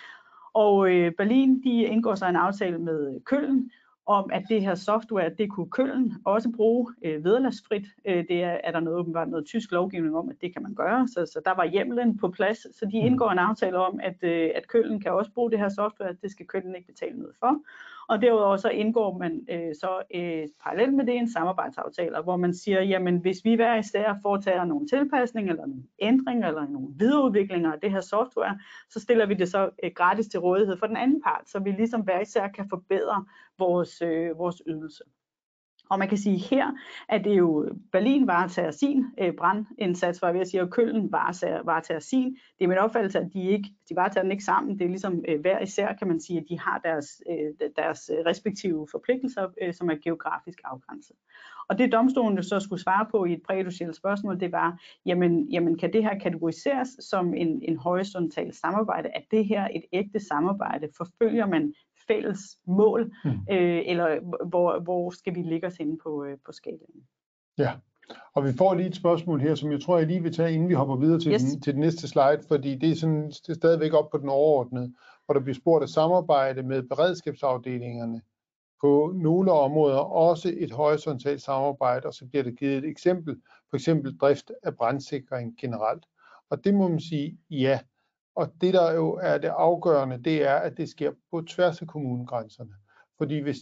Og øh, Berlin, de indgår så en aftale med Köln, om at det her software, det kunne Köln også bruge øh, vederlagsfrit. Øh, det er, er der noget, åbenbart noget tysk lovgivning om, at det kan man gøre, så, så der var hjemmelen på plads, så de indgår en aftale om, at, øh, at Köln kan også bruge det her software, det skal Köln ikke betale noget for. Og derudover så indgår man øh, så øh, parallelt med det en samarbejdsaftale, hvor man siger, jamen hvis vi hver især foretager nogle tilpasninger, eller nogle ændringer, eller nogle videreudviklinger af det her software, så stiller vi det så øh, gratis til rådighed for den anden part, så vi ligesom hver især kan forbedre vores, øh, vores ydelse. Og man kan sige her, at det er jo Berlin varetager sin øh, brandindsats, var jeg ved at sige, og Køln varetager, varetager sin. Det er min opfattelse, at de ikke, de varetager den ikke sammen. Det er ligesom øh, hver især, kan man sige, at de har deres, øh, deres respektive forpligtelser, øh, som er geografisk afgrænset. Og det domstolen så skulle svare på i et præjudicielt spørgsmål, det var, jamen, jamen kan det her kategoriseres som en, en horisontal samarbejde? Er det her et ægte samarbejde? Forfølger man fælles mål, mm. øh, eller hvor, hvor skal vi ligge os inde på, øh, på skalaen? Ja, og vi får lige et spørgsmål her, som jeg tror, jeg lige vil tage, inden vi hopper videre til, yes. den, til den næste slide, fordi det er, sådan, det er stadigvæk op på den overordnede, hvor der bliver spurgt at samarbejde med beredskabsafdelingerne på nogle områder, også et horisontalt samarbejde, og så bliver der givet et eksempel, for eksempel drift af brandsikring generelt. Og det må man sige, ja. Og det, der jo er det afgørende, det er, at det sker på tværs af kommunegrænserne. Fordi hvis,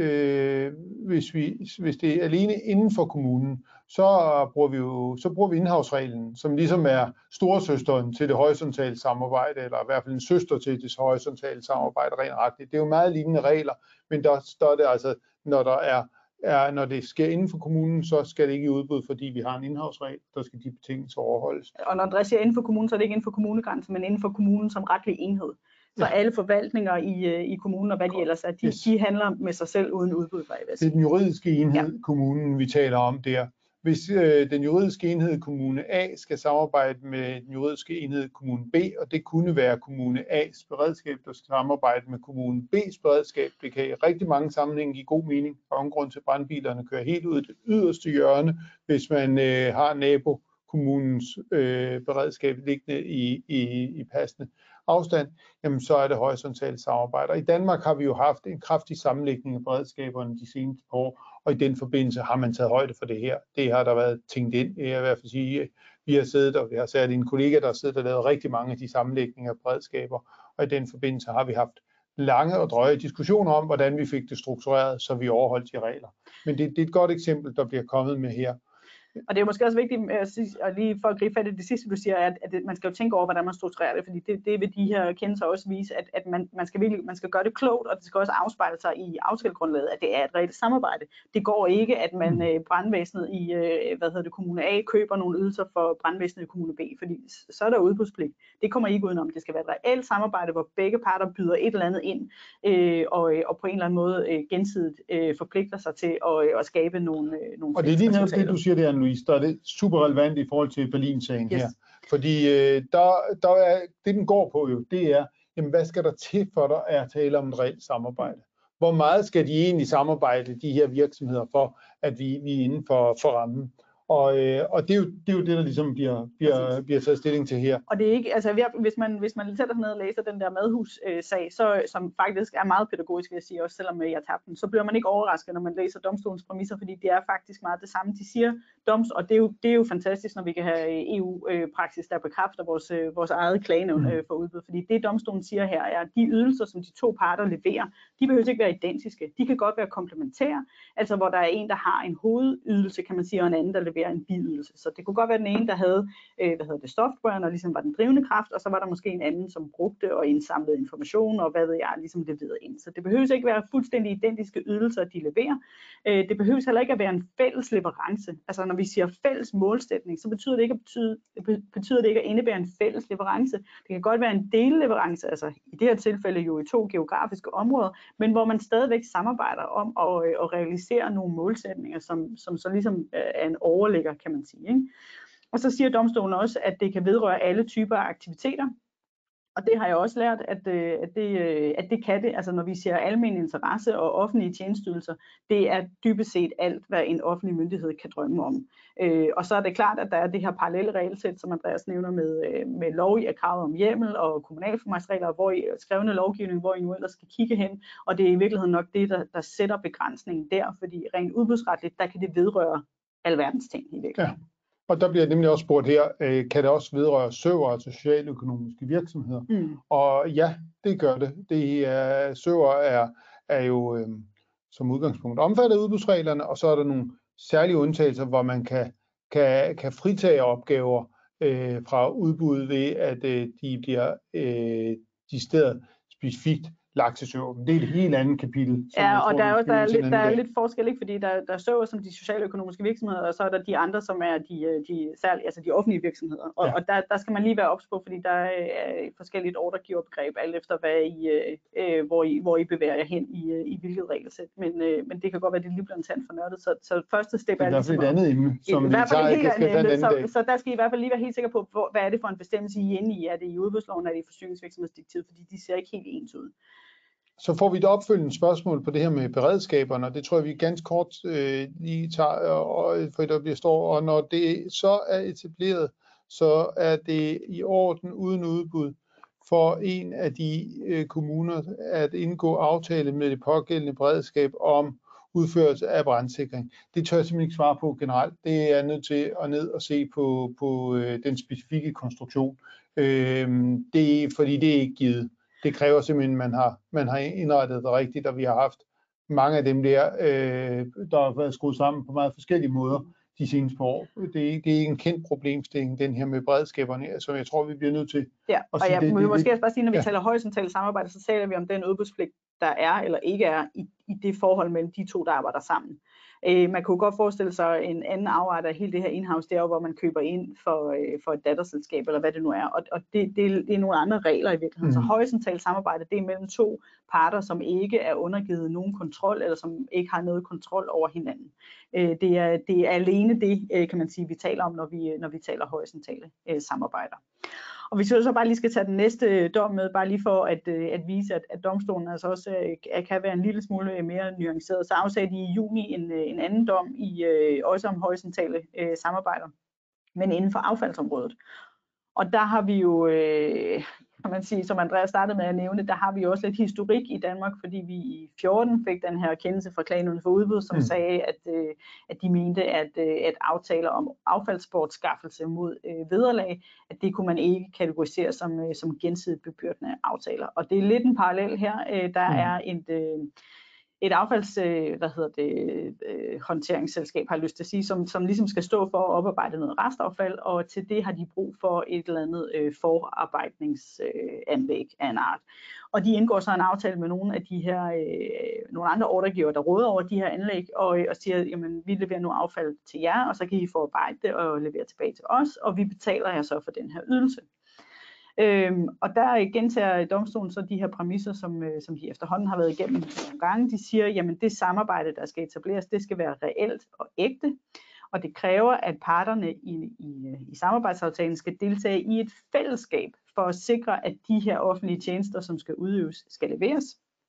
øh, hvis, vi, hvis det er alene inden for kommunen, så bruger vi jo så bruger vi indhavsreglen, som ligesom er storesøsteren til det horisontale samarbejde, eller i hvert fald en søster til det horisontale samarbejde rent retligt. Det er jo meget lignende regler, men der står det altså, når der er Er, når det sker inden for kommunen, så skal det ikke i udbud, fordi vi har en indhavsregel, der skal de betingelser overholdes. Og når Andreas siger inden for kommunen, så er det ikke inden for kommunegrænsen, men inden for kommunen som retlig enhed. Så ja. Alle forvaltninger i, i kommunen og hvad de ellers er, de, yes. de handler med sig selv uden udbud. Det er den juridiske enhed, ja. Kommunen, vi taler om der. Hvis øh, den juridiske enhed Kommune A skal samarbejde med den juridiske enhed Kommune B, og det kunne være Kommune A's beredskab, der skal samarbejde med Kommune B's beredskab, det kan i rigtig mange sammenhænge give god mening, og en grund til brandbilerne kører helt ud i det yderste hjørne, hvis man øh, har nabokommunens øh, beredskab liggende i, i, i passende afstand, jamen så er det horisontale samarbejde. Og i Danmark har vi jo haft en kraftig sammenlægning af beredskaberne de seneste år, og i den forbindelse har man taget højde for det her. Det har der været tænkt ind. Jeg vil i hvert fald sige, vi har siddet, og vi har særligt en kollega, der har siddet og lavet rigtig mange af de sammenlægninger af beredskaber, og i den forbindelse har vi haft lange og drøje diskussioner om, hvordan vi fik det struktureret, så vi overholdt de regler. Men det, det er et godt eksempel, der bliver kommet med her. Og det er måske også vigtigt at, sige, at lige for at gribe fat i det sidste, du siger, at, at man skal jo tænke over, hvordan man strukturerer det, fordi det, det vil de her kendelser også vise, at, at man, man, skal virkelig, man skal gøre det klogt, og det skal også afspejle sig i aftalegrundlaget, at det er et reelt samarbejde. Det går ikke, at man øh, brandvæsenet i øh, hvad hedder det, Kommune A køber nogle ydelser for brandvæsenet i Kommune B, fordi så er der udbudspligt. Det kommer ikke udenom. Det skal være et reelt samarbejde, hvor begge parter byder et eller andet ind, øh, og, og på en eller anden måde øh, gensidigt øh, forpligter sig til at, at skabe nogle, øh, nogle. Og det er lige netop det, du siger der, Louise, der er det super relevant i forhold til Berlin-sagen yes. her. Fordi øh, der, der er, det, den går på jo, det er, jamen, hvad skal der til for dig at tale om et reelt samarbejde? Hvor meget skal de egentlig samarbejde, de her virksomheder, for at vi, vi er inden for, for rammen? Og, øh, og det, er jo, det er jo det, der ligesom bliver, bliver, bliver taget stilling til her. Og det er ikke, altså hvis man, hvis man sætter sig ned og læser den der madhus-sag, så, som faktisk er meget pædagogisk, vil jeg sige, også selvom jeg tabte den, så bliver man ikke overrasket, når man læser domstolens præmisser, fordi det er faktisk meget det samme, de siger. Doms, og det er, jo, det er jo fantastisk, når vi kan have E U-praksis, der bekræfter vores, vores eget klagenævn mm. for udbud. Fordi det, domstolen siger her, er, at de ydelser, som de to parter leverer, de behøver ikke være identiske. De kan godt være komplementære, altså hvor der er en, der har en hovedydelse, kan man sige, og en anden, der leverer en biydelse. Så det kunne godt være den ene, der havde øh, hvad hedder det, softwaren, og ligesom var den drivende kraft, og så var der måske en anden, som brugte og indsamlede information, og hvad ved jeg, ligesom leverede ind. Så det behøver ikke være fuldstændig identiske ydelser, de leverer. Øh, det behøver heller ikke at være en fælles leverance. Altså når vi siger fælles målsætning, så betyder det ikke at, betyde, betyder det ikke at indebære en fælles leverance. Det kan godt være en delleverance, altså i det her tilfælde jo i to geografiske områder, men hvor man stadigvæk samarbejder om at, at realisere nogle målsætninger, som, som så ligesom er en overligger, kan man sige, ikke? Og så siger domstolen også, at det kan vedrøre alle typer af aktiviteter. Og det har jeg også lært, at, at, det, at det kan det. Altså når vi siger almen interesse og offentlige tjenesteydelser, det er dybest set alt, hvad en offentlig myndighed kan drømme om. Og så er det klart, at der er det her parallelle regelsæt, som Andreas nævner med, med lov i kravet om hjemmel og kommunalfuldmagtsregler, hvor I skrevne lovgivning, hvor I nu ellers skal kigge hen. Og det er i virkeligheden nok det, der, der sætter begrænsningen der, fordi rent udbudsretligt, der kan det vedrøre alverdens ting i virkeligheden. Ja. Og der bliver nemlig også spurgt her, øh, kan det også vedrøre S Ø V'er, altså socialøkonomiske virksomheder? Mm. Og ja, det gør det. det er, S Ø V'er er, er jo øh, som udgangspunkt omfattet af udbudsreglerne, og så er der nogle særlige undtagelser, hvor man kan, kan, kan fritage opgaver øh, fra udbud ved, at øh, de bliver øh, decideret specifikt laksesøer. Det er et helt andet kapitel. Ja, og der er, også, der, er lidt, der er lidt forskel, ikke? Fordi der, der er søer som de socialøkonomiske virksomheder, og så er der de andre, som er de, de, særlig, altså de offentlige virksomheder. Og, ja. og der, der skal man lige være ops på, fordi der er et forskelligt ordregiverbegreb, alt efter hvad I, øh, hvor, I, hvor I bevæger jer hen i, i hvilket regelsæt. Men, øh, men det kan godt være, at det lige bliver en tand for nørdet. Så, så første step er, er ligesom et andet emne, som i hvert fald tager, helt skal andet, så, så der skal I i hvert fald lige være helt sikker på, hvor, hvad er det for en bestemmelse I er inde i. Er det i udbudsloven, er det i forsyningsvirksomhedsdirektivet, fordi de ser ikke helt ens ud. Så får vi et opfølgende spørgsmål på det her med beredskaberne, og det tror jeg, vi ganske kort øh, lige tager, og, for der bliver står, og når det så er etableret, så er det i orden uden udbud for en af de øh, kommuner at indgå aftale med det pågældende beredskab om udførelse af brandsikring. Det tør jeg simpelthen ikke svare på generelt. Det er nødt til at ned og se på, på øh, den specifikke konstruktion, øh, det, fordi det er ikke givet. Det kræver simpelthen, at man har, man har indrettet det rigtigt, og vi har haft mange af dem der, øh, der har været skruet sammen på meget forskellige måder de seneste par år. Det, det er en kendt problemstilling, den her med beredskaberne, som jeg tror, vi bliver nødt til ja, at og sige. jeg Det, må det, måske det, også bare sige, når vi ja. taler horisontale samarbejde, så taler vi om den udbudspligt, der er eller ikke er i, i det forhold mellem de to, der arbejder sammen. Øh, man kunne godt forestille sig en anden afart af hele det her in-house, der hvor man køber ind for, øh, for et datterselskab, eller hvad det nu er. Og, og det, det, det er nogle andre regler i virkeligheden. Mm. Så horisontalt samarbejde, det er mellem to parter, som ikke er undergivet nogen kontrol, eller som ikke har noget kontrol over hinanden. Øh, det, er, det er alene det, øh, kan man sige, vi taler om, når vi, når vi taler horisontale øh, samarbejder. Og hvis vi så bare lige skal tage den næste dom med, bare lige for at, at vise, at, at domstolen altså også kan være en lille smule mere nuanceret, så afsagde de i juni en, en anden dom, i, også om horisontale øh, samarbejder, men inden for affaldsområdet. Og der har vi jo, øh, kan man sige, som Andreas startede med at nævne, der har vi også lidt historik i Danmark, fordi vi i fjorten fik den her kendelse fra Klagenævnet for Udbud, som mm. sagde, at, øh, at de mente, at, øh, at aftaler om affaldsbortskaffelse mod øh, vederlag, at det kunne man ikke kategorisere som, øh, som gensidigt bebyrdende aftaler. Og det er lidt en parallel her. Øh, der mm. er et... Øh, et affalds, hvad hedder det, håndteringsselskab, har jeg lyst til at sige, som, som ligesom skal stå for at oparbejde noget restaffald, og til det har de brug for et eller andet øh, forarbejdningsanlæg af en art. Og de indgår så en aftale med nogle af de her, øh, nogle andre ordregiver, der råder over de her anlæg, og, og siger, jamen vi leverer nu affald til jer, og så kan I forarbejde det og levere tilbage til os, og vi betaler jer så for den her ydelse. Øhm, og der gentager domstolen så de her præmisser, som, øh, som de efterhånden har været igennem nogle gange. De siger, jamen det samarbejde, der skal etableres, det skal være reelt og ægte, og det kræver, at parterne i, i, i samarbejdsaftalen skal deltage i et fællesskab for at sikre, at de her offentlige tjenester, som skal udøves, skal leveres.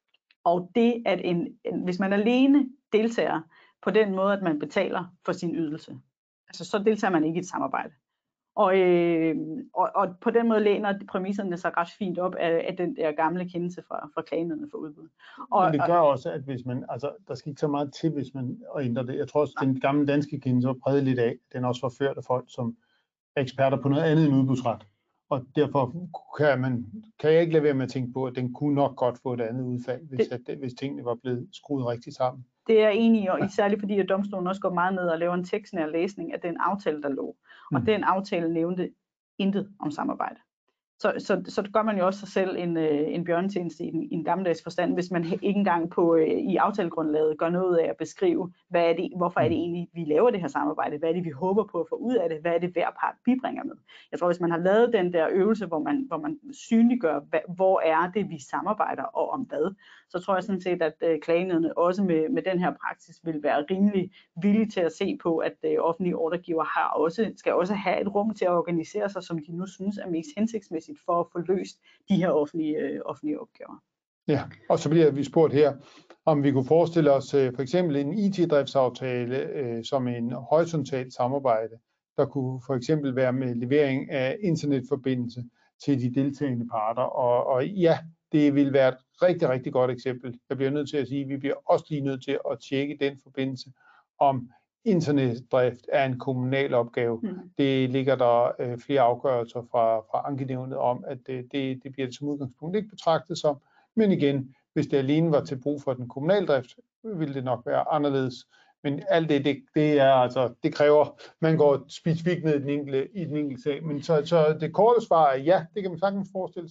Og det, at en, en, hvis man alene deltager på den måde, at man betaler for sin ydelse, altså så deltager man ikke i et samarbejde. Og, øh, og, og på den måde læner præmisserne sig ret fint op af, af den der gamle kendelse fra, fra Klagenævnet for Udbud. Og, Men det gør også, at hvis man, altså, der skal ikke så meget til, hvis man ændrer det. Jeg tror også, at den gamle danske kendelse var præget lidt af, den også var ført af folk, som er eksperter på noget andet end udbudsret. Og derfor kan, man, kan jeg ikke lade være med at tænke på, at den kunne nok godt få et andet udfald, hvis, det, at, hvis tingene var blevet skruet rigtigt sammen. Det er jeg enig i, og særligt fordi, at domstolen også går meget ned og laver en tekstnær læsning af den aftale, der lå. Og mm. den aftale nævnte intet om samarbejde. Så, så, så gør man jo også sig selv en, en bjørnetjeneste i, i en gammeldags forstand, hvis man ikke engang på, i aftalegrundlaget gør noget af at beskrive, hvad er det, hvorfor er det egentlig, vi laver det her samarbejde, hvad er det, vi håber på at få ud af det, hvad er det, hver part bibringer med. Jeg tror, hvis man har lavet den der øvelse, hvor man, hvor man synliggør, hvad, hvor er det, vi samarbejder og om hvad, så tror jeg sådan set, at uh, klagenævnet også med, med den her praksis vil være rimelig villige til at se på, at uh, offentlige ordregiver har også, skal også have et rum til at organisere sig, som de nu synes er mest hensigtsmæssigt for at få løst de her offentlige, øh, offentlige opgaver. Ja, og så bliver vi spurgt her, om vi kunne forestille os øh, for eksempel en I T-driftsaftale øh, som en horisontalt samarbejde, der kunne for eksempel være med levering af internetforbindelse til de deltagende parter. Og, og ja, det vil være et rigtig, rigtig godt eksempel. Jeg bliver nødt til at sige, at vi bliver også lige nødt til at tjekke den forbindelse, om internetdrift er en kommunal opgave. Mm. Det ligger der øh, flere afgørelser fra, fra ankenævnet om, at det, det, det bliver det som udgangspunkt ikke betragtet som. Men igen, hvis det alene var til brug for den kommunale drift, ville det nok være anderledes. Men alt det, det, det er altså, det kræver, man går specifikt ned i den enkelte, i den enkelte sag. Men så, så det korte svar er ja, det kan man sagtens forestille sig.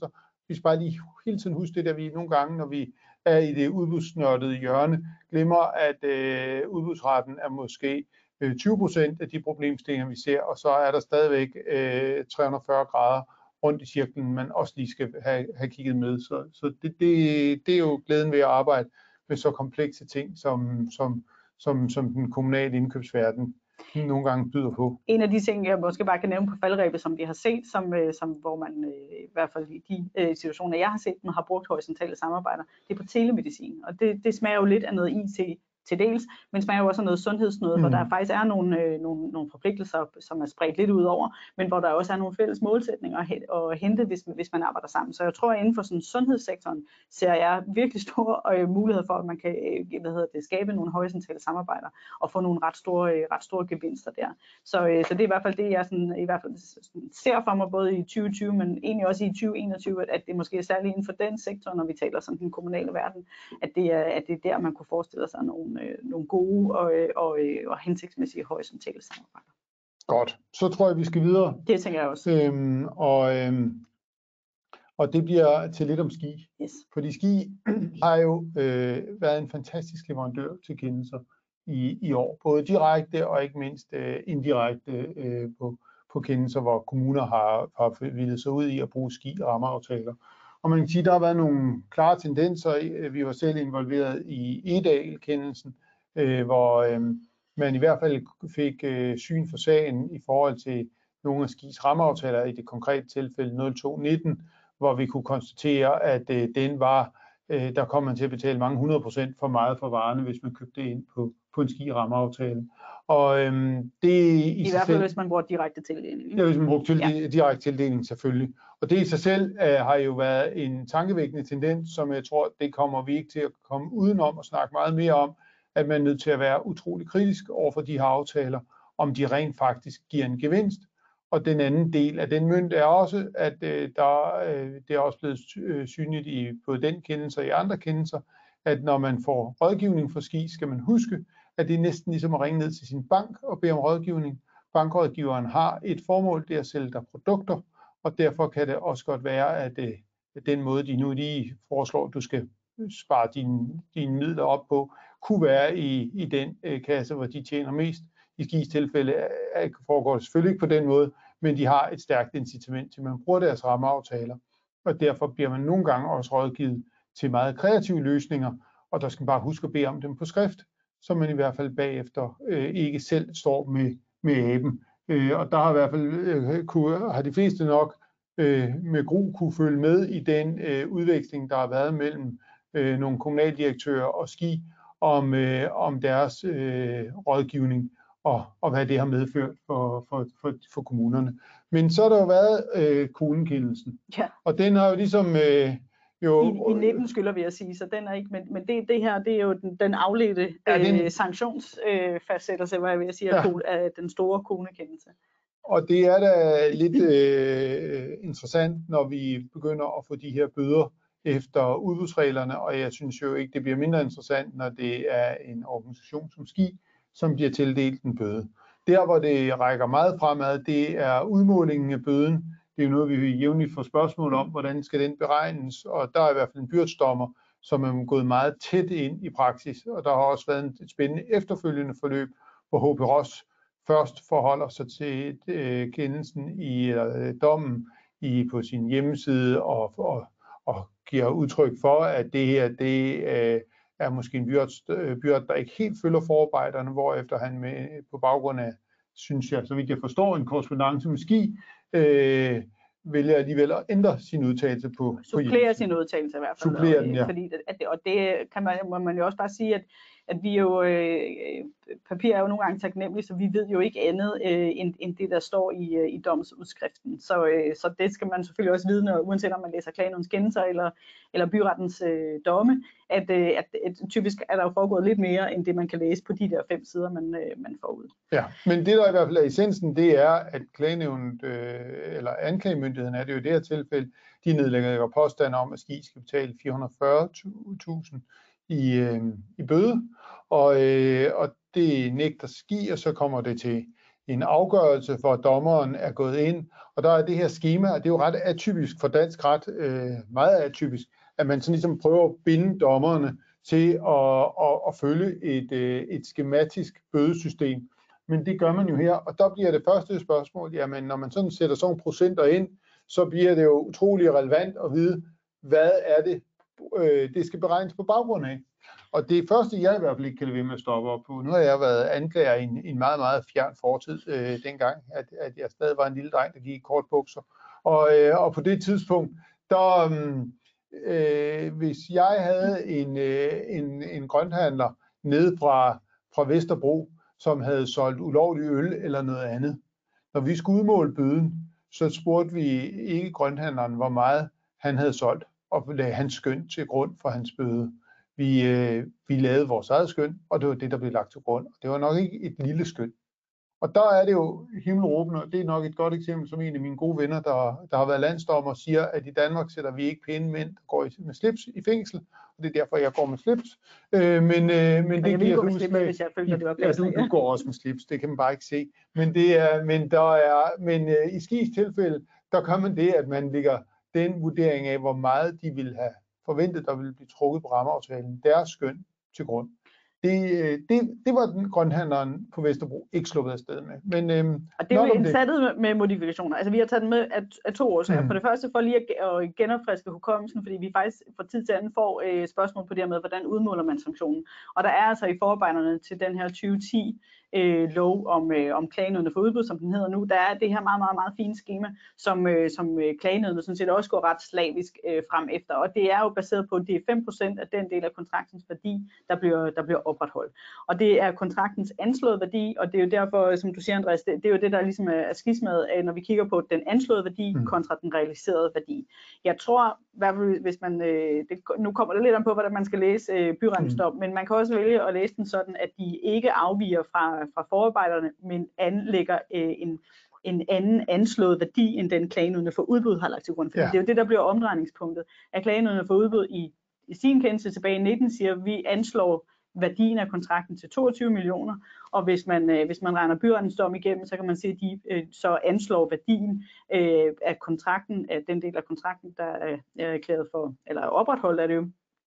vi skal bare lige hele tiden huske det, der vi nogle gange, når vi er i det udbudsnørdede hjørne, glemmer, at øh, udbudsretten er måske øh, tyve procent af de problemstillinger, vi ser, og så er der stadigvæk øh, tre hundrede og fyrre grader rundt i cirklen, man også lige skal have, have kigget med. Så, så det, det, det er jo glæden ved at arbejde med så komplekse ting, som, som, som, som den kommunale indkøbsverden nogle gange byder på. En af de ting, jeg måske bare kan nævne på faldrebet, som vi har set, som, som, hvor man øh, i hvert fald i de øh, situationer, jeg har set, man har brugt horisontale samarbejder, det er på telemedicin. Og det, det smager jo lidt af noget I T til dels, men smager jo også af noget sundhedsnød, mm. hvor der faktisk er nogle, øh, nogle, nogle forpligtelser, som er spredt lidt ud over, men hvor der også er nogle fælles målsætninger at hente, hvis, hvis man arbejder sammen. Så jeg tror, at inden for sådan sundhedssektoren ser jeg virkelig store øh, muligheder for, at man kan øh, hvad hedder det, skabe nogle horisontale samarbejder og få nogle ret store, øh, ret store gevinster der. Så, øh, så det er i hvert fald det, jeg sådan, i hvert fald ser for mig både i tyve tyve, men egentlig også i tyve enogtyve, at det måske er særligt inden for den sektor, når vi taler sådan den kommunale verden, at det er, at det er der, man kunne forestille sig nogle nogle gode og, og, og hensigtsmæssige horisontale samarbejder. Godt, så tror jeg, vi skal videre. Det tænker jeg også. Øhm, og, øhm, og det bliver til lidt om Ski. Yes. Fordi Ski har jo øh, været en fantastisk leverandør til kendelser i, i år. Både direkte og ikke mindst øh, indirekte øh, på, på kendelser, hvor kommuner har, har villet sig ud i at bruge Ski rammeaftaler. Og man kan sige, at der har været nogle klare tendenser. Vi var selv involveret i Edal-kendelsen, øh, hvor øh, man i hvert fald fik øh, syn for sagen i forhold til nogle af Skis rammeaftaler, i det konkrete tilfælde nul to nitten, hvor vi kunne konstatere, at øh, den var, øh, der kom man til at betale mange hundrede procent for meget for varerne, hvis man købte det ind på, på en Ski-rammeaftale. Og øhm, det i, I hvert fald, selv, hvis man bruger direkte tildeling. Ja, hvis man bruger til, ja. direkte tildeling selvfølgelig. Og det i sig selv øh, har jo været en tankevækkende tendens, som jeg tror, det kommer vi ikke til at komme udenom og snakke meget mere om, at man er nødt til at være utrolig kritisk over for de her aftaler, om de rent faktisk giver en gevinst. Og den anden del af den mønt er også, at øh, der, øh, det er også blevet øh, synligt i både den kendelse og i andre kendelser, at når man får rådgivning for Ski, skal man huske, at det er næsten ligesom at ringe ned til sin bank og bede om rådgivning. Bankrådgiveren har et formål, det er at sælge dig produkter, og derfor kan det også godt være, at, øh, at den måde, de nu lige foreslår, at du skal spare dine, dine midler op på, kunne være i, i den øh, kasse, hvor de tjener mest. I Skis tilfælde øh, foregår det selvfølgelig ikke på den måde, men de har et stærkt incitament til, at man bruger deres rammeaftaler, og derfor bliver man nogle gange også rådgivet til meget kreative løsninger, og der skal man bare huske at bede om dem på skrift, så man i hvert fald bagefter øh, ikke selv står med, med aben. Øh, og der har i hvert fald øh, kunne, har de fleste nok øh, med gru kunne følge med i den øh, udveksling, der har været mellem øh, nogle kommunaldirektører og Ski om, øh, om deres øh, rådgivning og, og hvad det har medført for, for, for, for kommunerne. Men så har der jo været øh, konekendelsen, ja. Og den har jo ligesom øh, jo, I, i nitten skylder vi at sige, så den er ikke, men, men det, det her, det er jo den, den afledte ja, den, øh, sanktionsfastsættelse, øh, hvad jeg vil sige, ja. af den store konekendelse. Og det er da lidt øh, interessant, når vi begynder at få de her bøder efter udbudsreglerne, og jeg synes jo ikke, det bliver mindre interessant, når det er en organisation som Ski, som bliver tildelt en bøde. Der, hvor det rækker meget fremad, det er udmålingen af bøden. Det er jo noget, vi jævnligt får spørgsmål om, hvordan skal den beregnes, og der er i hvert fald en byrdsdommer, som er gået meget tæt ind i praksis, og der har også været et spændende efterfølgende forløb, hvor H P Ross først forholder sig til øh, kendelsen i øh, dommen i, på sin hjemmeside og, og, og giver udtryk for, at det her det, øh, er måske en byrde, byrde, der ikke helt følger forarbejderne, hvorefter han med, på baggrund af, synes jeg, så vidt jeg forstår, en korrespondance med Ski, øh, vælger alligevel at ændre sin udtalelse på supplere sin udtalelse i hvert fald. Supplere den, ja. Fordi at det, og det kan man, må man jo også bare sige, at, at vi jo, øh, papir er jo nogle gange taknemmelige, så vi ved jo ikke andet øh, end, end det, der står i, øh, i domsudskriften. Så, øh, så det skal man selvfølgelig også vide, når, uanset om man læser klagenævnets kendelser eller, eller byrettens øh, domme, at, øh, at, at typisk er der jo foregået lidt mere, end det man kan læse på de der fem sider, man, øh, man får ud. Ja, men det der i hvert fald er essensen, det er, at klagenævnet, øh, eller anklagemyndigheden er det jo i det her tilfælde, de nedlægger påstand om, at Ski skal betale fire hundrede og fyrre tusind i, øh, i bøde, og, øh, og det nægter Ski, og så kommer det til en afgørelse, hvor dommeren er gået ind, og der er det her schema, og det er jo ret atypisk for dansk ret, øh, meget atypisk, at man sådan ligesom prøver at binde dommerne til at, at, at følge et, et skematisk bødesystem. Men det gør man jo her, og der bliver det første spørgsmål, jamen når man sådan sætter sådan procenter ind, så bliver det jo utrolig relevant at vide, hvad er det, øh, det skal beregnes på baggrund af. Og det første, jeg i hvert fald ikke kan lade være med at stoppe op på, nu har jeg været anklager i en, en meget, meget fjern fortid, øh, dengang, at, at jeg stadig var en lille dreng, der gik i kort bukser. Og, øh, og på det tidspunkt, der, øh, hvis jeg havde en, øh, en, en grønthandler nede fra, fra Vesterbro, som havde solgt ulovlig øl eller noget andet, når vi skulle udmåle bøden, så spurgte vi ikke grønthandleren, hvor meget han havde solgt, og lagde hans skøn til grund for hans bøde. Vi, øh, vi lavede vores eget skøn, og det var det, der blev lagt til grund. Det var nok ikke et lille skøn. Og der er det jo himmelråbende, og det er nok et godt eksempel, som en af mine gode venner, der, der har været landsdommer, siger, at i Danmark sætter vi ikke pæne mænd, der går med slips i fængsel, og det er derfor, jeg går med slips. Øh, men, øh, men det giver ud smag. Hvis jeg følte, det var ja, du, du går også med slips, det kan man bare ikke se. Men, det er, men, der er, men øh, i Skis tilfælde, der gør man det, at man lægger den vurdering af, hvor meget de vil have forventet, der ville blive trukket på rammeaftalen, deres skøn til grund. Det, det, det var den grønthandleren på Vesterbro ikke sluppet af sted med. Men, øhm, og det er jo indsattet med, med modifikationer. Altså vi har taget den med af, af to årsager. Mm. For det første for lige at, at genopfriske hukommelsen, fordi vi faktisk fra tid til anden får øh, spørgsmål på det her med, hvordan udmåler man sanktionen. Og der er altså i forarbejderne til den her tyve ti øh, lov om, øh, om klagenødene for udbud, som den hedder nu, der er det her meget, meget, meget fine schema, som, øh, som øh, klagenødene sådan set også går ret slavisk øh, frem efter. Og det er jo baseret på, at det er fem procent af den del af kontraktens værdi, der bliver, der bliver opretholdt. Og det er kontraktens anslåede værdi, og det er jo derfor, som du siger, Andreas, det, det er jo det, der ligesom er skismaet af, når vi kigger på den anslåede værdi kontra den realiserede værdi. Jeg tror, hvis man, øh, det, nu kommer det lidt an på, hvordan man skal læse øh, byrettens dom, men man kan også vælge at læse den sådan, at de ikke afviger fra, fra forarbejderne, men anlægger øh, en, en anden anslået værdi, end den klagenødene for udbud har lagt til grund. Fordi ja. Det er jo det, der bliver omdrejningspunktet. At klagenødene for udbud i, i sin kendelse tilbage i nitten siger, at vi anslår værdien af kontrakten til toogtyve millioner, og hvis man, øh, hvis man regner byrettens dom igennem, så kan man se, at de øh, så anslår værdien øh, af kontrakten, af den del af kontrakten, der er, er erklæret for, eller opretholdt er det jo,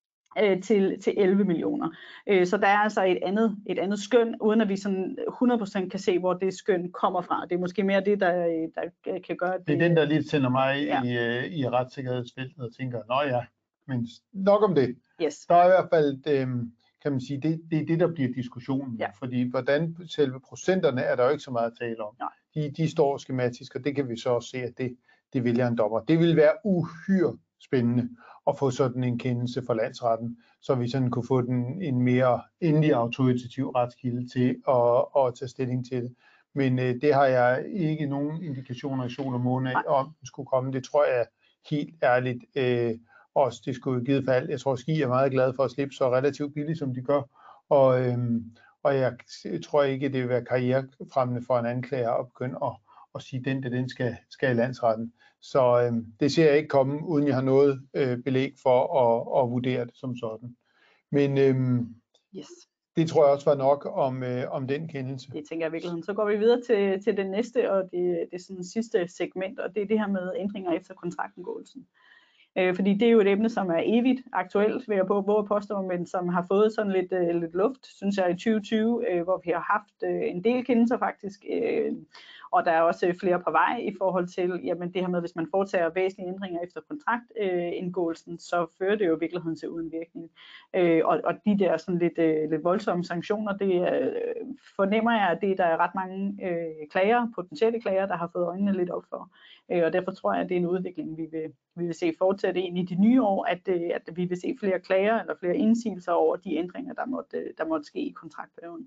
øh, til, til elleve millioner. Øh, så der er altså et andet, et andet skøn, uden at vi sådan hundrede procent kan se, hvor det skøn kommer fra. Det er måske mere det, der, der kan gøre det. Det er den, der lige tænder mig ja. i, i retssikkerhedsfeltet og tænker, nå ja, men nok om det. Yes. Der er i hvert fald... Øh, kan man sige, det, det er det, der bliver diskussionen. Ja. Fordi hvordan selve procenterne er der jo ikke så meget at tale om. De, de står skematisk, og det kan vi så også se, at det, det vælger en dommer. Det vil være uhyre spændende at få sådan en kendelse fra landsretten, så vi sådan kunne få den en mere endelig autoritativ retskilde til at, at tage stilling til det. Men øh, det har jeg ikke nogen indikationer i sol og måne af, om den skulle komme. Det tror jeg helt ærligt øh, også, det skulle i givet fald. Jeg tror, Ski er meget glad for at slippe så relativt billigt, som de gør. Og, øhm, og jeg tror ikke, det vil være karrierefremmende for en anklager at begynde at, at sige, at den, den skal, skal i landsretten. Så øhm, det ser jeg ikke komme, uden jeg har noget øh, belæg for at, at vurdere det som sådan. Men øhm, yes. det tror jeg også var nok om, øh, om den kendelse. Det tænker jeg i virkeligheden. Så går vi videre til, til det næste, og det, det er sådan sidste segment, og det er det her med ændringer efter kontraktindgåelsen. Øh, fordi det er jo et emne, som er evigt aktuelt, vil jeg på våge påstå, men som har fået sådan lidt, øh, lidt luft, synes jeg, i tyve tyve, øh, hvor vi har haft øh, en del kendelser faktisk, øh, og der er også flere på vej i forhold til, jamen det her med, hvis man foretager væsentlige ændringer efter kontraktindgåelsen, øh, så fører det jo i virkeligheden til uden virkning. Øh, og, og de der sådan lidt, øh, lidt voldsomme sanktioner, det øh, fornemmer jeg, at det der er ret mange øh, klager, potentielle klager, der har fået øjnene lidt op for. Øh, og derfor tror jeg, at det er en udvikling, vi vil, vi vil se fortsætte ind i de nye år, at, at vi vil se flere klager eller flere indsigelser over de ændringer, der måtte, der måtte ske i kontraktperioden.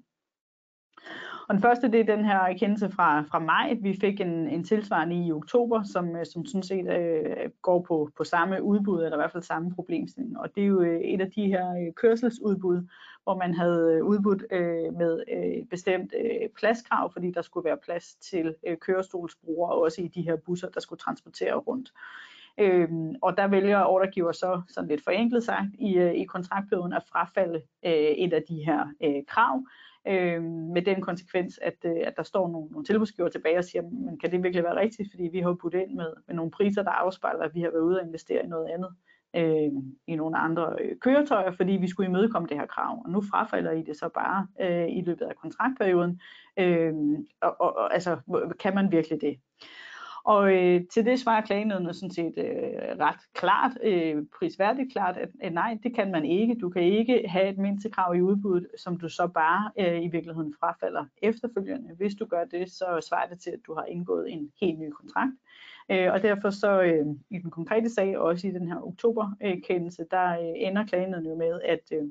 Og den første, det er den her erkendelse fra, fra maj. Vi fik en, en tilsvarende i oktober, som, som sådan set øh, går på, på samme udbud, eller i hvert fald samme problemstilling. Og det er jo øh, et af de her øh, kørselsudbud, hvor man havde udbudt øh, med øh, bestemt øh, pladskrav, fordi der skulle være plads til øh, kørestolsbrugere, også i de her busser, der skulle transportere rundt. Øhm, og der vælger ordregiver så sådan lidt forenklet sagt i, øh, i kontraktperioden at frafalde øh, et af de her øh, krav. øh, med den konsekvens, at, øh, at der står nogle, nogle tilbudsgiver tilbage og siger, men kan det virkelig være rigtigt, fordi vi har jo puttet ind med, med nogle priser, der afspejler, at vi har været ude og investere i noget andet, øh, i nogle andre øh, køretøjer, fordi vi skulle imødekomme det her krav, og nu frafalder I det så bare øh, i løbet af kontraktperioden, øh, og, og, og altså, kan man virkelig det? Og øh, til det svarer klagenødene sådan set øh, ret klart, øh, prisværdigt klart, at, at nej, det kan man ikke. Du kan ikke have et mindstekrav i udbuddet, som du så bare øh, i virkeligheden frafalder efterfølgende. Hvis du gør det, så svarer det til, at du har indgået en helt ny kontrakt. Øh, og derfor så øh, i den konkrete sag, også i den her oktoberkendelse, der øh, ender klagenødene jo med, at øh,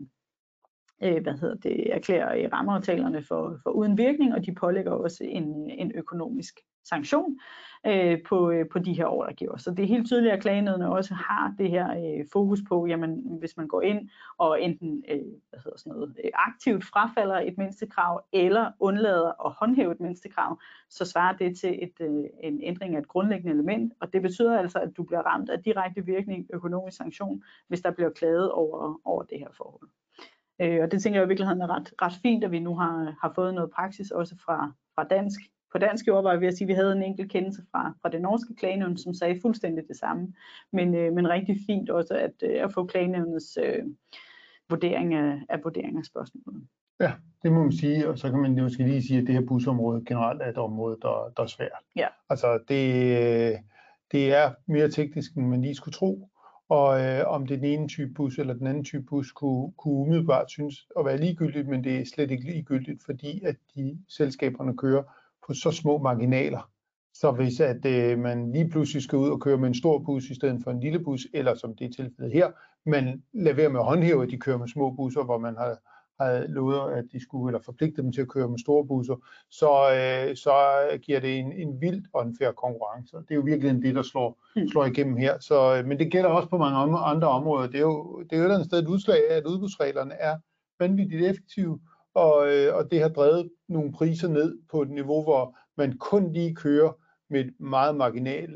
øh, hvad hedder det, erklærer rammeaftalerne for, for uden virkning, og de pålægger også en, en økonomisk sanktion øh, på, øh, på de her ordregiver. Så det er helt tydeligt, at klagenødene også har det her øh, fokus på, jamen hvis man går ind og enten øh, hvad hedder sådan noget, øh, aktivt frafalder et mindstekrav, eller undlader at håndhæve et mindstekrav, så svarer det til et, øh, en ændring af et grundlæggende element, og det betyder altså, at du bliver ramt af direkte virkning økonomisk sanktion, hvis der bliver klaget over, over det her forhold. Øh, og det tænker jeg i virkeligheden er ret, ret fint, at vi nu har, har fået noget praksis også fra, fra dansk. På dansk jord var jeg ved at sige, at vi havde en enkelt kendelse fra, fra det norske klagenævn, som sagde fuldstændig det samme. Men, øh, men rigtig fint også at, øh, at få klagenævnets øh, vurdering af, af vurdering af spørgsmålet. Ja, det må man sige, og så kan man jo måske lige sige, at det her busområde generelt er et område, der, der er svært. Ja. Altså det, det er mere teknisk, end man lige skulle tro. Og øh, om det er den ene type bus eller den anden type bus, kunne, kunne umiddelbart synes at være ligegyldigt, men det er slet ikke ligegyldigt, fordi at de selskaberne kører på så små marginaler. Så hvis at øh, man lige pludselig skal ud og køre med en stor bus i stedet for en lille bus, eller som det er tilfældet her, man lader være med at håndhæve, at de kører med små busser, hvor man har, har lovet, at de skulle, eller forpligtet dem til at køre med store busser, så, øh, så giver det en, en vild og en fair konkurrence. Det er jo virkelig det, der slår, mm. slår igennem her. Så, men det gælder også på mange andre områder. Det er jo, det er jo et eller andet sted et udslag af, at udbudsreglerne er vanvittigt effektive, og, øh, og det har drevet nogle priser ned på et niveau, hvor man kun lige kører med meget marginal,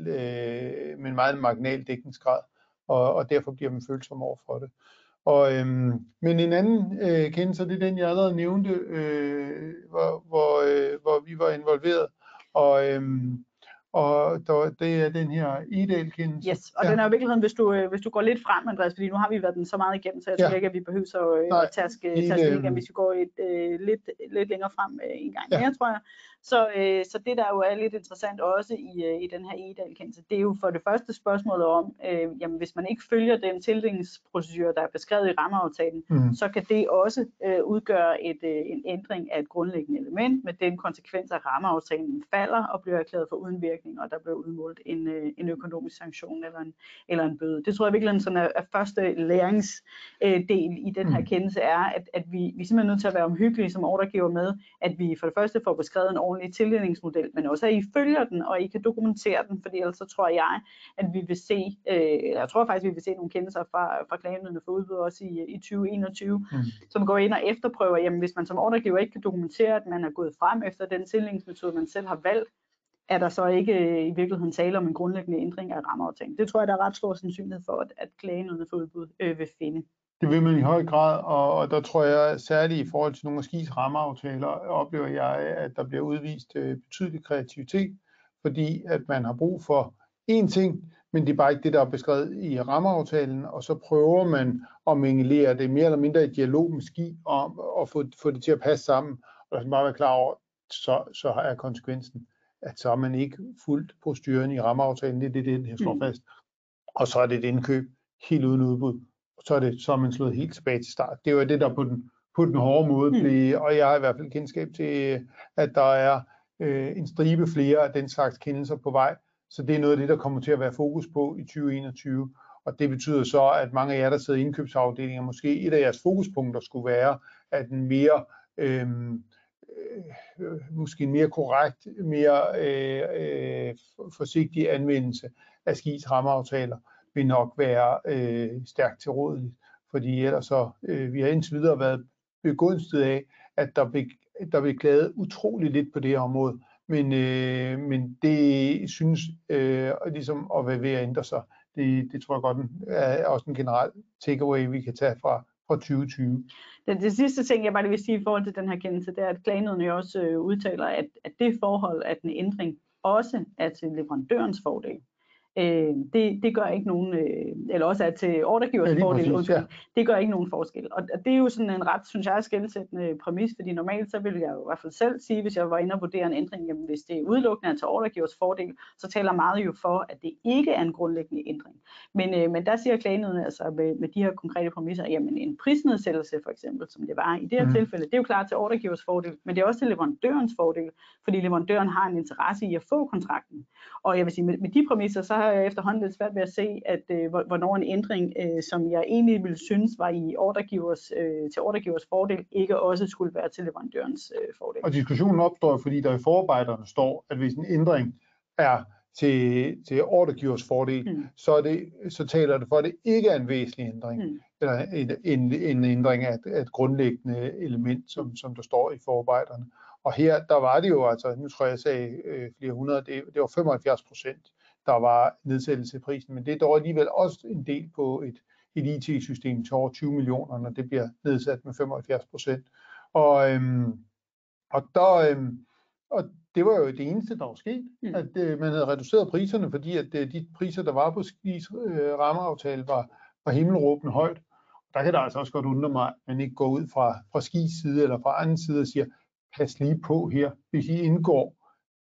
øh, med en meget marginal dækningsgrad, og, og derfor bliver man følsom over for det. Og, øhm, men en anden øh, kendelse, det er den, jeg allerede nævnte, øh, hvor, hvor, øh, hvor vi var involveret, og, øhm, og der, det er den her Egedal-kendelse. Yes, og ja. Den er i virkeligheden, hvis du, hvis du går lidt frem, Andreas, fordi nu har vi været den så meget igennem, så jeg ja. tror ikke, at vi behøver så øh, at taske igen, hvis vi går et, øh, lidt, lidt længere frem øh, en gang ja. mere, tror jeg. Så, øh, så det, der jo er lidt interessant også i, øh, i den her Egedal-kendelse, det er jo for det første spørgsmålet om, øh, jamen hvis man ikke følger den tildelingsprocedure, der er beskrevet i rammeaftalen, mm. så kan det også øh, udgøre et, øh, en ændring af et grundlæggende element, med den konsekvens, at rammeaftalen falder og bliver erklæret for uden virkning, og der bliver udmålt en, øh, en økonomisk sanktion eller en, eller en bøde. Det tror jeg virkelig sådan er, er første læringsdel øh, i den her mm. kendelse er, at, at vi, vi er simpelthen nødt til at være omhyggelige som ordregiver med, at vi for det første får beskrevet en ordentlig tildelingsmodel, men også at I følger den, og I kan dokumentere den, fordi ellers så tror jeg, at vi vil se, øh, jeg tror faktisk, vi vil se nogle kendelser fra, fra klagenødene for udbud også i, i tyve enogtyve, mm. som går ind og efterprøver, jamen hvis man som ordregiver ikke kan dokumentere, at man er gået frem efter den tildelingsmetode, man selv har valgt, er der så ikke i virkeligheden tale om en grundlæggende ændring af rammeaftalen. Det tror jeg, der er ret stor sandsynlighed for, at, at klagenødene for udbud øh, vil finde. Det vil man i høj grad, og, og der tror jeg særligt i forhold til nogle af skis rammeaftaler, oplever jeg, at der bliver udvist øh, betydelig kreativitet, fordi at man har brug for én ting, men det er bare ikke det, der er beskrevet i rammeaftalen, og så prøver man at mingelere det mere eller mindre i dialog med ski om at få, få det til at passe sammen, og der skal bare være klar over, så, så er konsekvensen, at så er man ikke fuldt på styren i rammeaftalen, det er det, det her slår fast, og så er det et indkøb helt uden udbud. Så er, det, så er man slået helt tilbage til start. Det er jo det, der på den, på den hårde måde blev, mm. og jeg har i hvert fald kendskab til, at der er øh, en stribe flere af den slags kendelser på vej. Så det er noget af det, der kommer til at være fokus på i tyve enogtyve. Og det betyder så, at mange af jer, der sidder i indkøbsafdelinger, måske et af jeres fokuspunkter skulle være, at en mere, øh, øh, måske en mere korrekt, mere øh, øh, forsigtig anvendelse af skis rammeaftaler vil nok være øh, stærkt tilrådeligt, fordi ellers så, øh, vi har indtil videre været begunstiget af, at der vil, der vil klaget utrolig lidt på det her område, men, øh, men det synes øh, ligesom at være ved at ændre sig. Det, det tror jeg godt er også en generel takeaway, vi kan tage fra, fra tyve tyve. Det, det sidste ting, jeg bare lige vil sige i forhold til den her kendelse, det er, at klagenøden jo også øh, udtaler, at, at det forhold, at en ændring også er til leverandørens fordel. Øh, det, det gør ikke nogen, øh, eller også er til ordregivers Ja, fordel, præcis, ja. det gør ikke nogen forskel. Og det er jo sådan en ret, synes jeg, skelsættende præmis, fordi normalt så vil jeg jo i hvert fald selv sige, hvis jeg var inde og vurdere en ændring, jamen hvis det er udelukkende til ordregivers fordel, så taler meget jo for, at det ikke er en grundlæggende ændring. Men, øh, men der siger klagenøden altså med, med de her konkrete præmisser, jamen en prisnedsættelse for eksempel, som det var i det her mm. tilfælde, det er jo klart til ordregivers fordel, men det er også til leverandørens fordel, fordi leverandøren har en interesse i at få kontrakten. Og jeg vil sige, med, med de præmisser, så har jeg efterhånden lidt svært ved at se, at øh, hvornår en ændring, øh, som jeg egentlig ville synes var i ordregivers, øh, til ordregivers fordel, ikke også skulle være til leverandørens øh, fordel. Og diskussionen opstår, fordi der i forarbejderne står, at hvis en ændring er til, til ordregivers fordel, mm. så, er det, så taler det for, at det ikke er en væsentlig ændring, mm. eller en, en, en ændring af et, af et grundlæggende element, som, som der står i forarbejderne. Og her, der var det jo altså, nu tror jeg, jeg sagde øh, flere hundrede, det, det var femoghalvfjerds procent, der var nedsættelse i prisen, men det er dog alligevel også en del på et, et I T-system til over tyve millioner, når det bliver nedsat med femoghalvfjerds procent. Og, øhm, og, der, øhm, og det var jo det eneste, der var sket, mm. at øh, man havde reduceret priserne, fordi at øh, de priser, der var på Skis øh, rammeaftale, var, var himmelråbende højt. Og der kan der altså også godt undre mig, at man ikke går ud fra, fra Skis side eller fra anden side og siger, pas lige på her, hvis I indgår,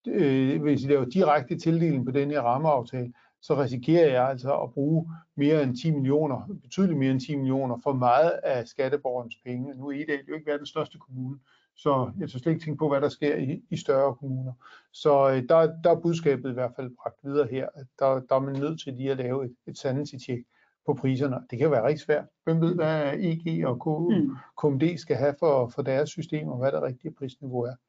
øh, hvis I laver direkte tildeling på den her rammeaftale, så risikerer jeg altså at bruge mere end ti millioner, betydeligt mere end ti millioner, for meget af skatteborgernes penge. Nu er Egedal jo ikke været den største kommune, så jeg skal slet ikke tænke på, hvad der sker i, i større kommuner. Så øh, der, der er budskabet i hvert fald bragt videre her, at der, der er man nødt til lige at lave et, et sanity-tjek på priserne. Det kan være rigtig svært. Hvem ved, hvad E G og K M D skal have for, for deres system, og hvad det rigtige prisniveau er.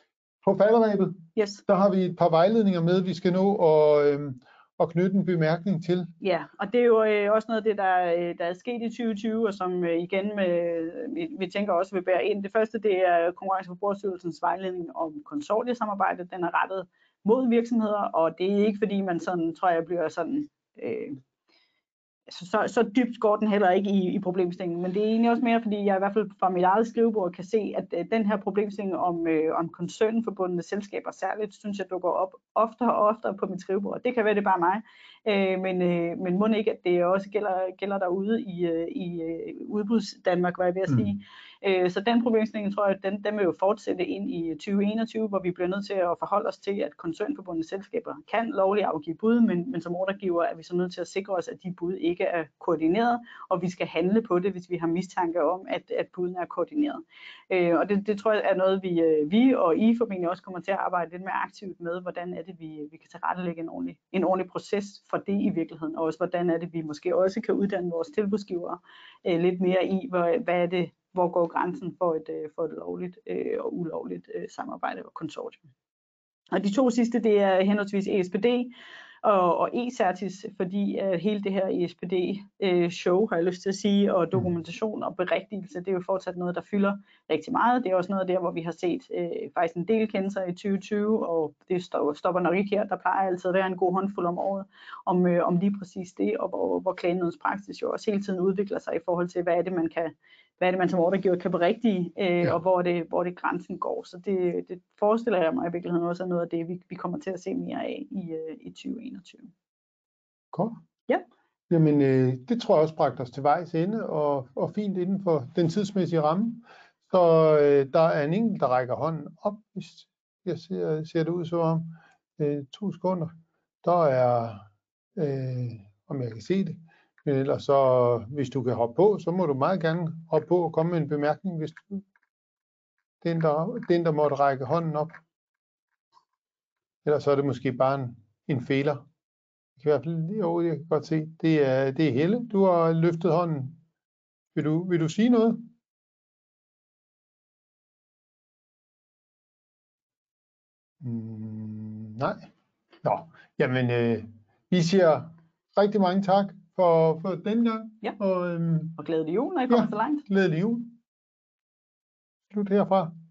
På falderæbet, yes. der har vi et par vejledninger med, vi skal nå og, øhm, og knytte en bemærkning til. Ja, og det er jo øh, også noget af det, der, der er sket i tyve tyve, og som øh, igen med, vi, vi tænker også vil bære ind. Det første, det er Konkurrence- og Forbrugerstyrelsens vejledning om konsortiesamarbejde. Den er rettet mod virksomheder, og det er ikke fordi, man sådan, tror jeg, bliver sådan... Øh, Så, så, så dybt går den heller ikke i, i problemstillingen, men det er egentlig også mere, fordi jeg i hvert fald fra mit eget skrivebord kan se, at øh, den her problemstilling om, øh, om koncernforbundne selskaber særligt, synes jeg dukker op oftere og oftere på mit skrivebord. Det kan være, det er bare mig, øh, men, øh, men må ikke, at det også gælder, gælder derude i, øh, i øh, udbuds Danmark, hvad jeg vil sige. Mm. Øh, så den problemstilling, tror jeg, den, den vil jo fortsætte ind i tyve enogtyve, hvor vi bliver nødt til at forholde os til, at koncernforbundne selskaber kan lovligt afgive bud, men, men som ordregiver er vi så nødt til at sikre os, at de bud ikke er koordineret, og vi skal handle på det, hvis vi har mistanke om, at, at budene er koordineret. Øh, og det, det tror jeg er noget, vi, vi og I formentlig også kommer til at arbejde lidt mere aktivt med, hvordan er det, vi, vi kan tilrettelægge en ordentlig, en ordentlig proces for det i virkeligheden, og også hvordan er det, vi måske også kan uddanne vores tilbudsgivere øh, lidt mere i, hvor, hvad er det, hvor går grænsen for et, for et lovligt øh, og ulovligt øh, samarbejde og konsortium. Og de to sidste, det er henholdsvis E S P D og, og E-Certis, fordi uh, hele det her E S P D-show, uh, har jeg lyst til at sige, og dokumentation og berigtigelse, det er jo fortsat noget, der fylder rigtig meget. Det er også noget der, hvor vi har set uh, faktisk en del kendelser i tyve tyve, og det stopper nok ikke her. Der plejer altid at være en god håndfuld om året om, uh, om lige præcis det, og hvor, hvor klagenødens praksis jo også hele tiden udvikler sig i forhold til, hvad er det, man kan hvad er det, man som ordregiver kan berigtige, øh, ja. og hvor det, hvor det grænsen går. Så det, det forestiller jeg mig i virkeligheden også er noget af det, vi, vi kommer til at se mere af i, øh, i tyve enogtyve. Godt. Ja. Jamen, øh, det tror jeg også bragte os til vejs ende, og, og fint inden for den tidsmæssige ramme. Så øh, der er en enkelt, der rækker hånden op, hvis jeg ser, ser det ud så om. Øh, to sekunder. Der er, øh, om jeg kan se det, men ellers så, hvis du kan hoppe på, så må du meget gerne hoppe på og komme med en bemærkning, hvis du, den, der, den, der måtte række hånden op. Ellers så er det måske bare en, en fejler. I hvert fald, jo, jeg kan godt se, det er, det er Helle, du har løftet hånden. Vil du, vil du sige noget? Mm, nej. Nå, jamen, øh, vi siger rigtig mange tak for, for denne gang. Ja, og, øhm, og glædelig jul, når I kommer ja, så langt. Glædelig jul. Slut herfra.